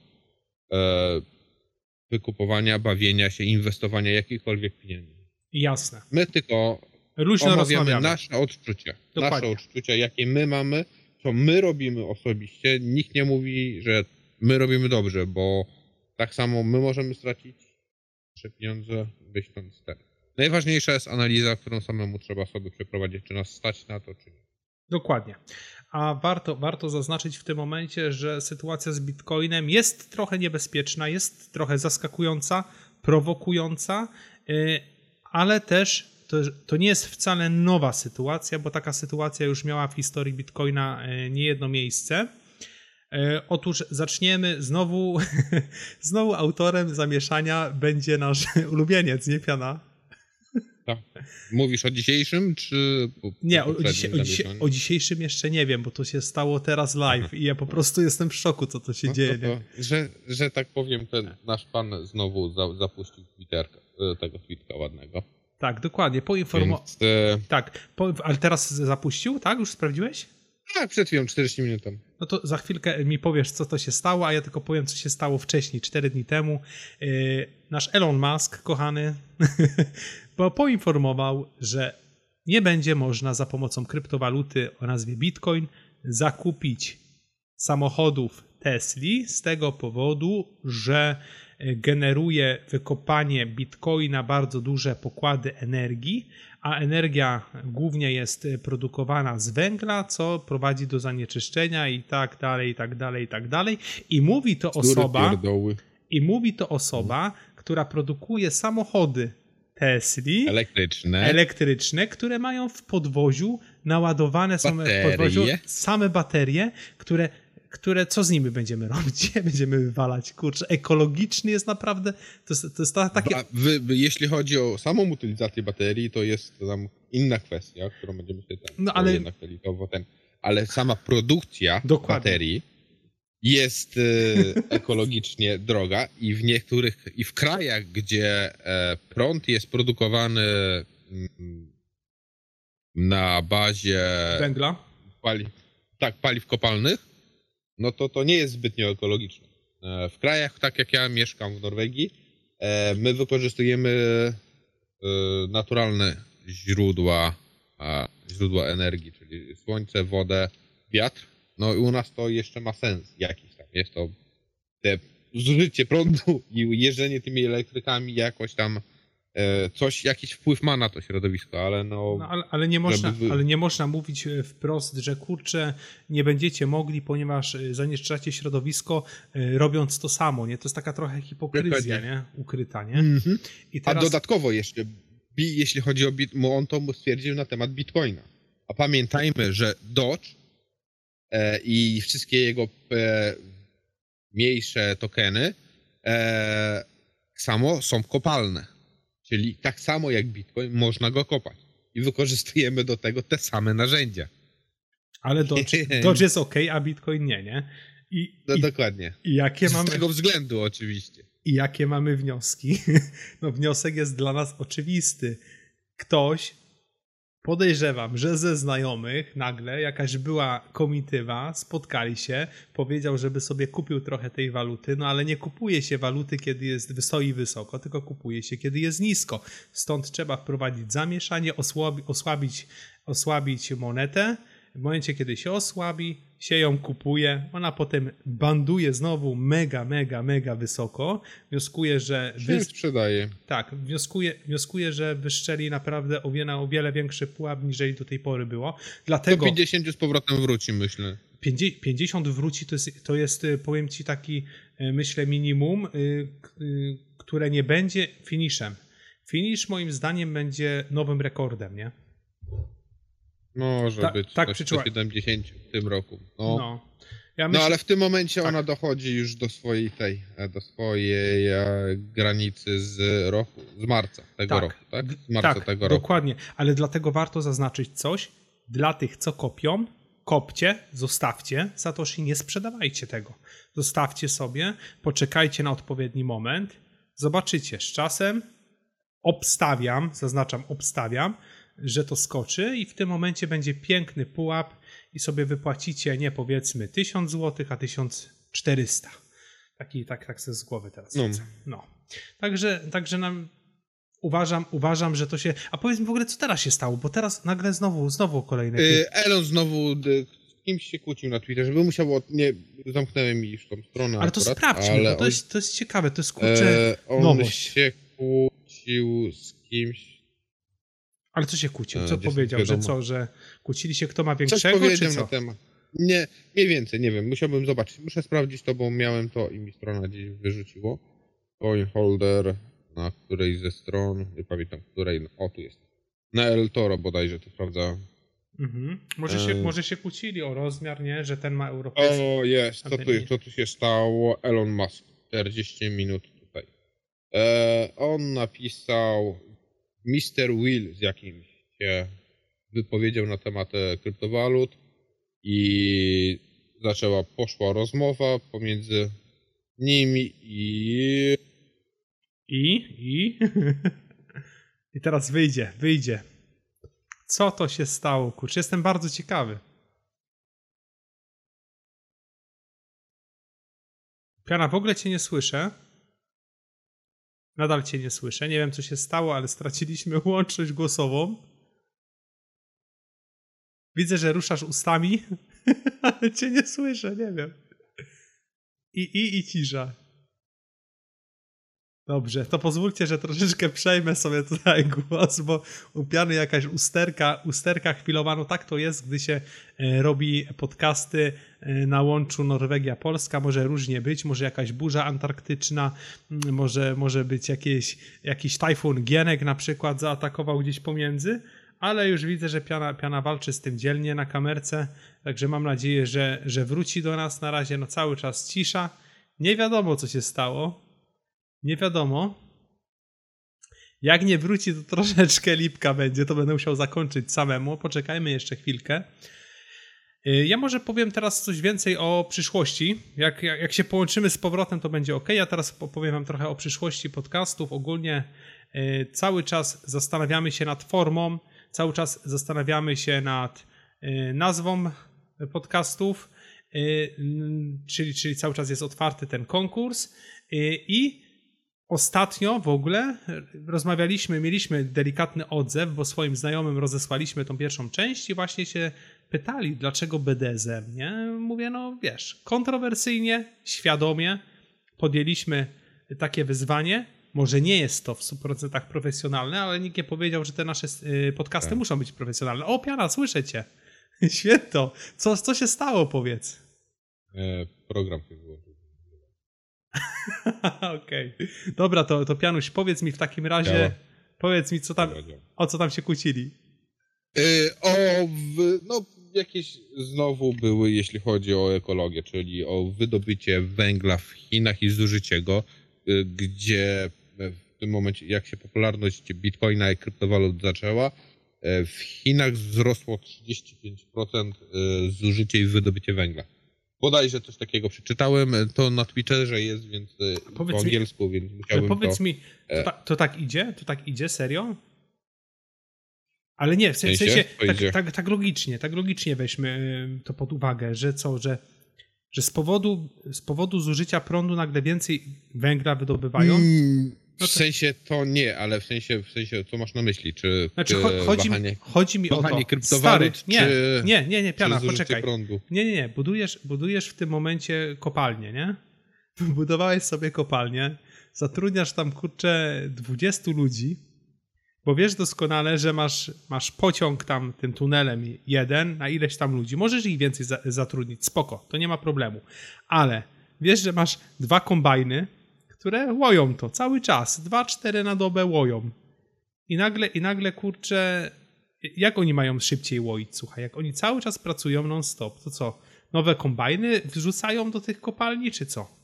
wykupowania, bawienia się, inwestowania jakichkolwiek pieniędzy. Jasne. My tylko Luźno omawiamy rozmawiamy. nasze odczucia. Dokładnie. Nasze odczucia, jakie my mamy, co my robimy osobiście. Nikt nie mówi, że my robimy dobrze, bo tak samo my możemy stracić nasze pieniądze, myśląc tak. Najważniejsza jest analiza, którą samemu trzeba sobie przeprowadzić, czy nas stać na to, czy nie. Dokładnie. A warto zaznaczyć w tym momencie, że sytuacja z Bitcoinem jest trochę niebezpieczna, jest trochę zaskakująca, prowokująca, ale też to nie jest wcale nowa sytuacja, bo taka sytuacja już miała w historii Bitcoina niejedno miejsce. Otóż zaczniemy znowu, znowu autorem zamieszania będzie nasz ulubieniec, nie Piana? Tak. Mówisz o dzisiejszym, czy Nie, poprzednim o dzisiejszym jeszcze nie wiem, bo to się stało teraz live i ja po prostu jestem w szoku, co to się dzieje. Nie? Że tak powiem, ten nasz pan znowu zapuścił tego tweetka ładnego. Tak, dokładnie, Tak, ale teraz zapuścił, tak? Już sprawdziłeś? Tak, przed chwilą, 40 minut temu. No to za chwilkę mi powiesz, co to się stało, a ja tylko powiem, co się stało wcześniej, 4 dni temu. Nasz Elon Musk, kochany, bo poinformował, że nie będzie można za pomocą kryptowaluty o nazwie Bitcoin zakupić samochodów Tesli z tego powodu, że generuje wykopanie Bitcoina bardzo duże pokłady energii, a energia głównie jest produkowana z węgla, co prowadzi do zanieczyszczenia i tak dalej, i tak dalej, i tak dalej. I mówi to osoba, która produkuje samochody Tesli elektryczne, które mają w podwoziu naładowane baterie. są w podwoziu same baterie, które co z nimi będziemy robić? Będziemy wywalać, kurczę, ekologiczny jest naprawdę, to jest takie... Jeśli chodzi o samą utylizację baterii, to jest tam inna kwestia, którą będziemy się ale sama produkcja baterii jest ekologicznie droga i w krajach, gdzie prąd jest produkowany na bazie węgla, paliw kopalnych, no to nie jest zbytnio ekologiczne. W krajach, tak jak ja mieszkam w Norwegii, my wykorzystujemy naturalne źródła energii, czyli słońce, wodę, wiatr. No i u nas to jeszcze ma sens jakiś tam. Jest to zużycie prądu i jeżdżenie tymi elektrykami jakoś tam jakiś wpływ ma na to środowisko, ale ale nie można mówić wprost, że kurczę, nie będziecie mogli, ponieważ zanieczyszczacie środowisko robiąc to samo, nie? To jest taka trochę hipokryzja, nie? Ukryta, nie? Mm-hmm. I teraz... A dodatkowo jeszcze, jeśli chodzi o on to stwierdził na temat Bitcoina. A pamiętajmy, że Doge i wszystkie jego mniejsze tokeny samo są kopalne. Czyli tak samo jak Bitcoin można go kopać. I wykorzystujemy do tego te same narzędzia. Ale Doge jest ok, a Bitcoin nie? Dokładnie. Z tego względu oczywiście. I jakie mamy wnioski? No wniosek jest dla nas oczywisty. Ktoś Podejrzewam, że ze znajomych nagle jakaś była komitywa, spotkali się, powiedział, żeby sobie kupił trochę tej waluty, no ale nie kupuje się waluty, kiedy jest wysoko, tylko kupuje się, kiedy jest nisko. Stąd trzeba wprowadzić zamieszanie, osłabić monetę. W momencie, kiedy się osłabi, się ją kupuje, ona potem banduje znowu mega wysoko. Wnioskuję, że... sprzedaje. Tak, wnioskuję, że wyszczeli naprawdę o wiele większy pułap, niżeli do tej pory było. Dlatego... 50 z powrotem wróci, myślę. 50 wróci, to jest, powiem ci, taki, myślę, minimum, które nie będzie finiszem. Finisz moim zdaniem będzie nowym rekordem, nie? Może być tak coś przyczuła... 70 w tym roku. No, Ja myślę... ale w tym momencie tak. ona dochodzi już do swojej granicy z marca tego roku, tak? Z marca tego roku. Dokładnie, ale dlatego warto zaznaczyć coś. Dla tych, co kopią, kopcie, zostawcie. Satoshi, nie sprzedawajcie tego. Zostawcie sobie, poczekajcie na odpowiedni moment. Zobaczycie, z czasem obstawiam, że to skoczy i w tym momencie będzie piękny pułap i sobie wypłacicie nie powiedzmy 1000 zł, a 1400. Tak sobie z głowy teraz rzucę. No. Także uważam, że to się... A powiedz mi w ogóle, co teraz się stało, bo teraz nagle znowu kolejne... Elon znowu z kimś się kłócił na Twitterze, żeby musiało... Nie, zamknęłem mi już tą stronę. Ale to sprawdźmy, ale bo to jest ciekawe, to jest kurczę on nowość. się kłócił z kimś... Ale co się kłócił? Co powiedział? Że kłócili się, kto ma większego, coś powiedział czy co? na temat. Nie, mniej więcej, nie wiem. Musiałbym zobaczyć. Muszę sprawdzić to, bo miałem to i mi strona gdzieś wyrzuciło. CoinHolder na której ze stron, nie pamiętam której, tu jest. Na El Toro bodajże to sprawdzałem. Może się kłócili o rozmiar, nie? Że ten ma europejski. O, jest. Co tu się stało? Elon Musk. 40 minut tutaj. On napisał Mr. Will z jakimś się wypowiedział na temat kryptowalut i poszła rozmowa pomiędzy nimi i teraz wyjdzie. Co to się stało? Kurczę, jestem bardzo ciekawy. Piana, w ogóle cię nie słyszę. Nadal cię nie słyszę. Nie wiem, co się stało, ale straciliśmy łączność głosową. Widzę, że ruszasz ustami, ale cię nie słyszę, nie wiem. I cisza. Dobrze, to pozwólcie, że troszeczkę przejmę sobie tutaj głos, bo u Piany jakaś usterka chwilowa, no tak to jest, gdy się robi podcasty na łączu Norwegia-Polska, może różnie być, może jakaś burza antarktyczna, może być jakiś tajfun Gienek na przykład zaatakował gdzieś pomiędzy, ale już widzę, że Piana walczy z tym dzielnie na kamerce, także mam nadzieję, że wróci do nas. Na razie cały czas cisza, nie wiadomo co się stało. Nie wiadomo. Jak nie wróci, to troszeczkę lipka będzie. To będę musiał zakończyć samemu. Poczekajmy jeszcze chwilkę. Ja może powiem teraz coś więcej o przyszłości. Jak się połączymy z powrotem, to będzie ok. Ja teraz opowiem wam trochę o przyszłości podcastów. Ogólnie cały czas zastanawiamy się nad formą. Cały czas zastanawiamy się nad nazwą podcastów. Czyli cały czas jest otwarty ten konkurs. I ostatnio w ogóle mieliśmy delikatny odzew, bo swoim znajomym rozesłaliśmy tą pierwszą część i właśnie się pytali, dlaczego BDSM, nie? Mówię, no wiesz, kontrowersyjnie, świadomie podjęliśmy takie wyzwanie. Może nie jest to w 100% profesjonalne, ale nikt nie powiedział, że te nasze podcasty muszą być profesjonalne. O, Piana, słyszę cię. Święto. Co się stało, powiedz? Program się wyłączył. Okej. Dobra, to Pianuś, powiedz mi w takim razie, powiedz mi, o co tam się kłócili. Jakieś znowu były, jeśli chodzi o ekologię, czyli o wydobycie węgla w Chinach i zużycie go, gdzie w tym momencie, jak się popularność Bitcoina i kryptowalut zaczęła, w Chinach wzrosło 35% zużycie i wydobycie węgla. Bodajże coś takiego przeczytałem, to na Twitterze jest, więc po angielsku, więc musiałbym powiedz mi, to tak idzie? To tak idzie? Serio? Ale nie, w sensie tak logicznie weźmy to pod uwagę, że co, że z powodu zużycia prądu nagle więcej węgla wydobywają? W sensie to nie, ale w sensie co masz na myśli? Czy znaczy, chodzi mi o to. Kryptowalut, nie, Piana, czy poczekaj. Prądu? Nie. Budujesz w tym momencie kopalnię, nie? Budowałeś sobie kopalnię, zatrudniasz tam, 20 ludzi, bo wiesz doskonale, że masz pociąg tam tym tunelem jeden na ileś tam ludzi. Możesz ich więcej zatrudnić, spoko, to nie ma problemu. Ale wiesz, że masz 2 kombajny, które łoją to cały czas. 2-4 na dobę łoją. I nagle, jak oni mają szybciej łoić, słuchaj? Jak oni cały czas pracują non-stop, to co? Nowe kombajny wrzucają do tych kopalni, czy co?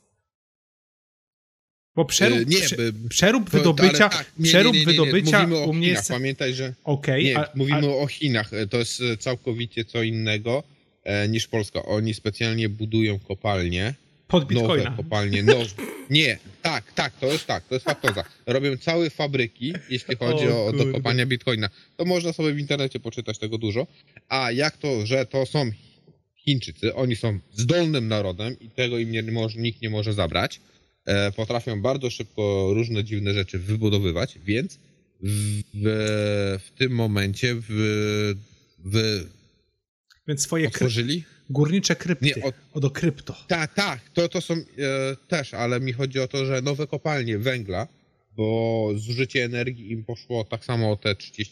Bo przerób wydobycia, mówimy o u mnie Chinach. jest... Pamiętaj, że mówimy o Chinach. To jest całkowicie co innego niż Polska. Oni specjalnie budują kopalnie. Pod bitcoina. Nowe kopalnie, nowe. Nie, to jest faktoza. Robią całe fabryki, jeśli chodzi o do kopania bitcoina. To można sobie w internecie poczytać tego dużo. A jak to, że to są Chińczycy, oni są zdolnym narodem i tego im nikt nie może zabrać. Potrafią bardzo szybko różne dziwne rzeczy wybudowywać, więc w tym momencie więc swoje otworzyli górnicze krypty. Do krypto. Tak, to są też, ale mi chodzi o to, że nowe kopalnie węgla, bo zużycie energii im poszło tak samo o te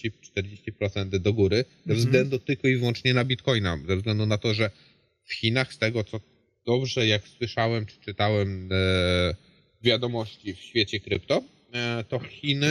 30-40% do góry, ze względu tylko i wyłącznie na bitcoina, ze względu na to, że w Chinach, z tego co dobrze jak słyszałem czy czytałem wiadomości w świecie krypto, to Chiny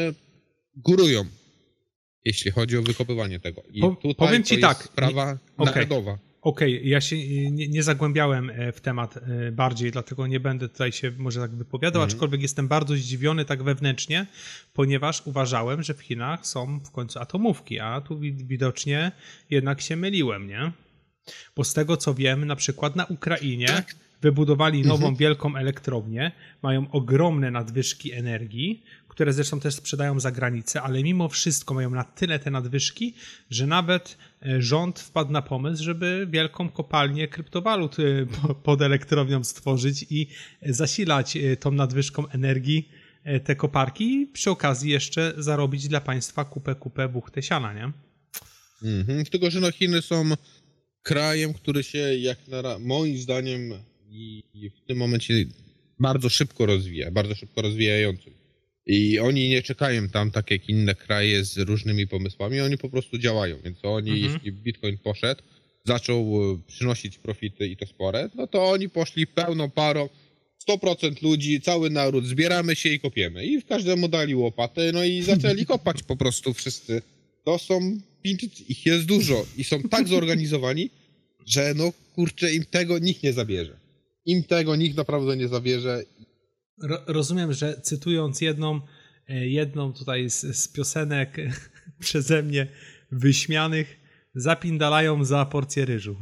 górują, jeśli chodzi o wykopywanie tego. I tutaj powiem ci to tak, jest sprawa narodowa. Okej, ja się nie zagłębiałem w temat bardziej, dlatego nie będę tutaj się może tak wypowiadał, aczkolwiek jestem bardzo zdziwiony tak wewnętrznie, ponieważ uważałem, że w Chinach są w końcu atomówki, a tu widocznie jednak się myliłem, nie? Bo z tego co wiem, na przykład na Ukrainie wybudowali nową wielką elektrownię, mają ogromne nadwyżki energii, które zresztą też sprzedają za granicę, ale mimo wszystko mają na tyle te nadwyżki, że nawet rząd wpadł na pomysł, żeby wielką kopalnię kryptowalut pod elektrownią stworzyć i zasilać tą nadwyżką energii te koparki i przy okazji jeszcze zarobić dla państwa kupę buchtę siana, nie? Tylko, że Chiny są krajem, który się moim zdaniem i w tym momencie bardzo szybko rozwijającym. I oni nie czekają tam tak jak inne kraje z różnymi pomysłami, oni po prostu działają. Więc oni, jeśli Bitcoin poszedł, zaczął przynosić profity i to spore, no to oni poszli pełną parą, 100% ludzi, cały naród, zbieramy się i kopiemy. I w każdemu dali łopatę, no i zaczęli kopać po prostu wszyscy. To są Chińczycy, ich jest dużo i są tak zorganizowani, że im tego nikt nie zabierze. Im tego nikt naprawdę nie zabierze. Rozumiem, że cytując jedną tutaj z piosenek przeze mnie wyśmianych, zapindalają za porcję ryżu.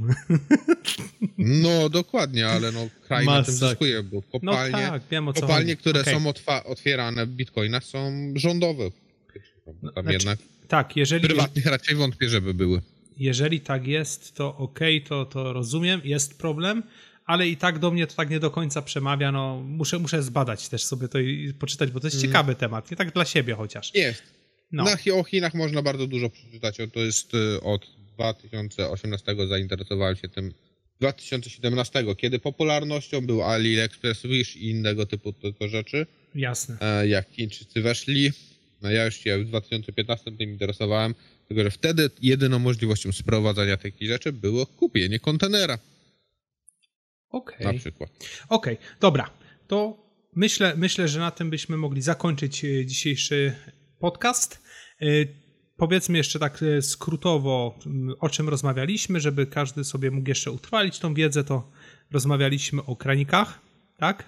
No dokładnie, ale kraj na tym zyskuje, bo kopalnie, które są otwierane w bitcoinach, są rządowe. Tam jednak prywatnych raczej wątpię, żeby były. Jeżeli tak jest, to okej, to rozumiem, jest problem, ale i tak do mnie to tak nie do końca przemawia, muszę zbadać też sobie to i poczytać, bo to jest ciekawy temat, nie tak dla siebie chociaż. Jest. O Chinach można bardzo dużo przeczytać, to jest od 2018 zainteresowałem się tym, 2017, kiedy popularnością był AliExpress, Wish i innego typu tylko rzeczy. Jasne. Jak Chińczycy weszli, ja już się w 2015 tym interesowałem, tylko że wtedy jedyną możliwością sprowadzania takich rzeczy było kupienie kontenera. Na przykład. Okej, dobra. To myślę, że na tym byśmy mogli zakończyć dzisiejszy podcast. Powiedzmy jeszcze tak skrótowo, o czym rozmawialiśmy, żeby każdy sobie mógł jeszcze utrwalić tą wiedzę, to rozmawialiśmy o kranikach, tak?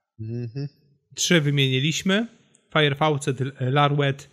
3 wymieniliśmy. Firefaucet, Larwet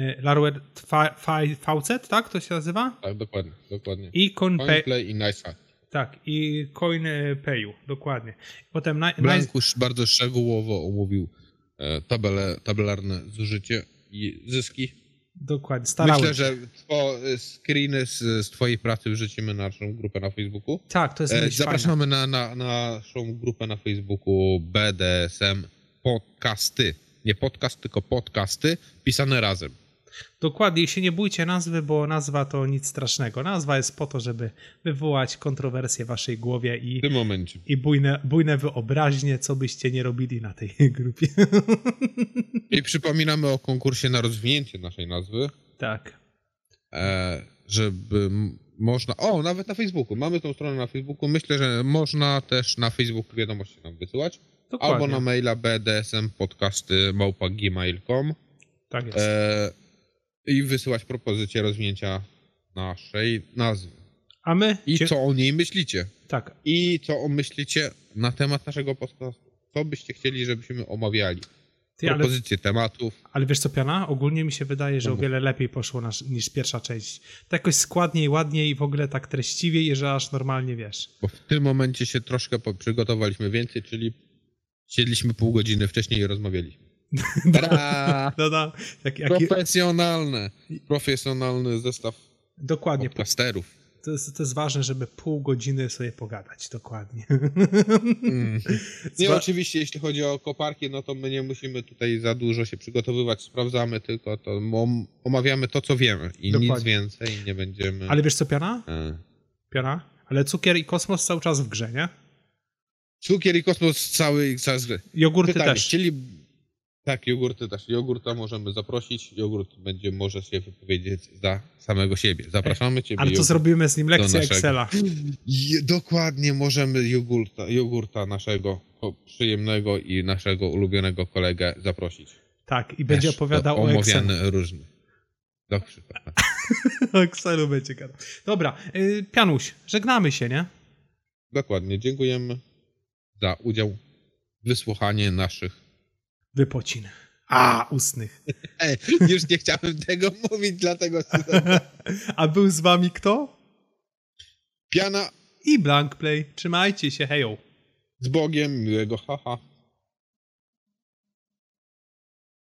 Faucet, tak? To się nazywa? Tak, dokładnie. I CoinPlay i NiceHack. Tak, i CoinPayu, dokładnie. Potem Blankusz bardzo szczegółowo omówił tabelarne zużycie i zyski. Dokładnie, starałem Myślę, się. że screeny z twojej pracy wrzucimy na naszą grupę na Facebooku. Tak, to jest myśl fajna. Zapraszamy na naszą grupę na Facebooku BDSM Podcasty. Nie podcast, tylko podcasty pisane razem. Dokładnie, i się nie bójcie nazwy, bo nazwa to nic strasznego. Nazwa jest po to, żeby wywołać kontrowersje w waszej głowie W tym momencie. i bujne wyobraźnie, co byście nie robili na tej grupie. I przypominamy o konkursie na rozwinięcie naszej nazwy. Tak. Żeby można... O, nawet na Facebooku. Mamy tą stronę na Facebooku. Myślę, że można też na Facebooku wiadomości nam wysyłać. Dokładnie. Albo na maila bdsmpodcasty@gmail.com Tak jest. i wysyłać propozycje rozwinięcia naszej nazwy. A my... I co o niej myślicie? Tak. I co myślicie na temat naszego podcastu? Co byście chcieli, żebyśmy omawiali? Propozycje tematów. Ale wiesz co, Piana? Ogólnie mi się wydaje, że o wiele lepiej poszło niż pierwsza część. To jakoś składniej, ładniej i w ogóle tak treściwiej, że aż normalnie wiesz. Bo w tym momencie się troszkę przygotowaliśmy więcej, czyli siedliśmy pół godziny wcześniej i rozmawialiśmy. Profesjonalny zestaw dokładnie. podcasterów. To jest ważne, żeby pół godziny sobie pogadać, dokładnie. Nie, oczywiście, jeśli chodzi o koparki, no to my nie musimy tutaj za dużo się przygotowywać, sprawdzamy tylko to, omawiamy to, co wiemy i dokładnie. Nic więcej nie będziemy... Ale wiesz co, Piana? Piana? Ale cukier i kosmos cały czas w grze, nie? Cukier i kosmos cały czas w grze. Jogurty też. Tak, jogurty też. Jogurta możemy zaprosić. Jogurt może się wypowiedzieć za samego siebie. Zapraszamy ciebie. Ale to zrobimy z nim lekcję Excela. Dokładnie, możemy jogurta naszego przyjemnego i naszego ulubionego kolegę zaprosić. Tak, i będzie opowiadał o Excelu. Różne. Dobrze. O Excelu będzie gadał. Dobra, Pianuś, żegnamy się, nie? Dokładnie, dziękujemy za udział, wysłuchanie naszych wypocin. Ustnych. Już nie chciałem tego mówić, dlatego... A był z wami kto? Piana i Blankplay. Trzymajcie się, hejo. Z Bogiem, miłego haha.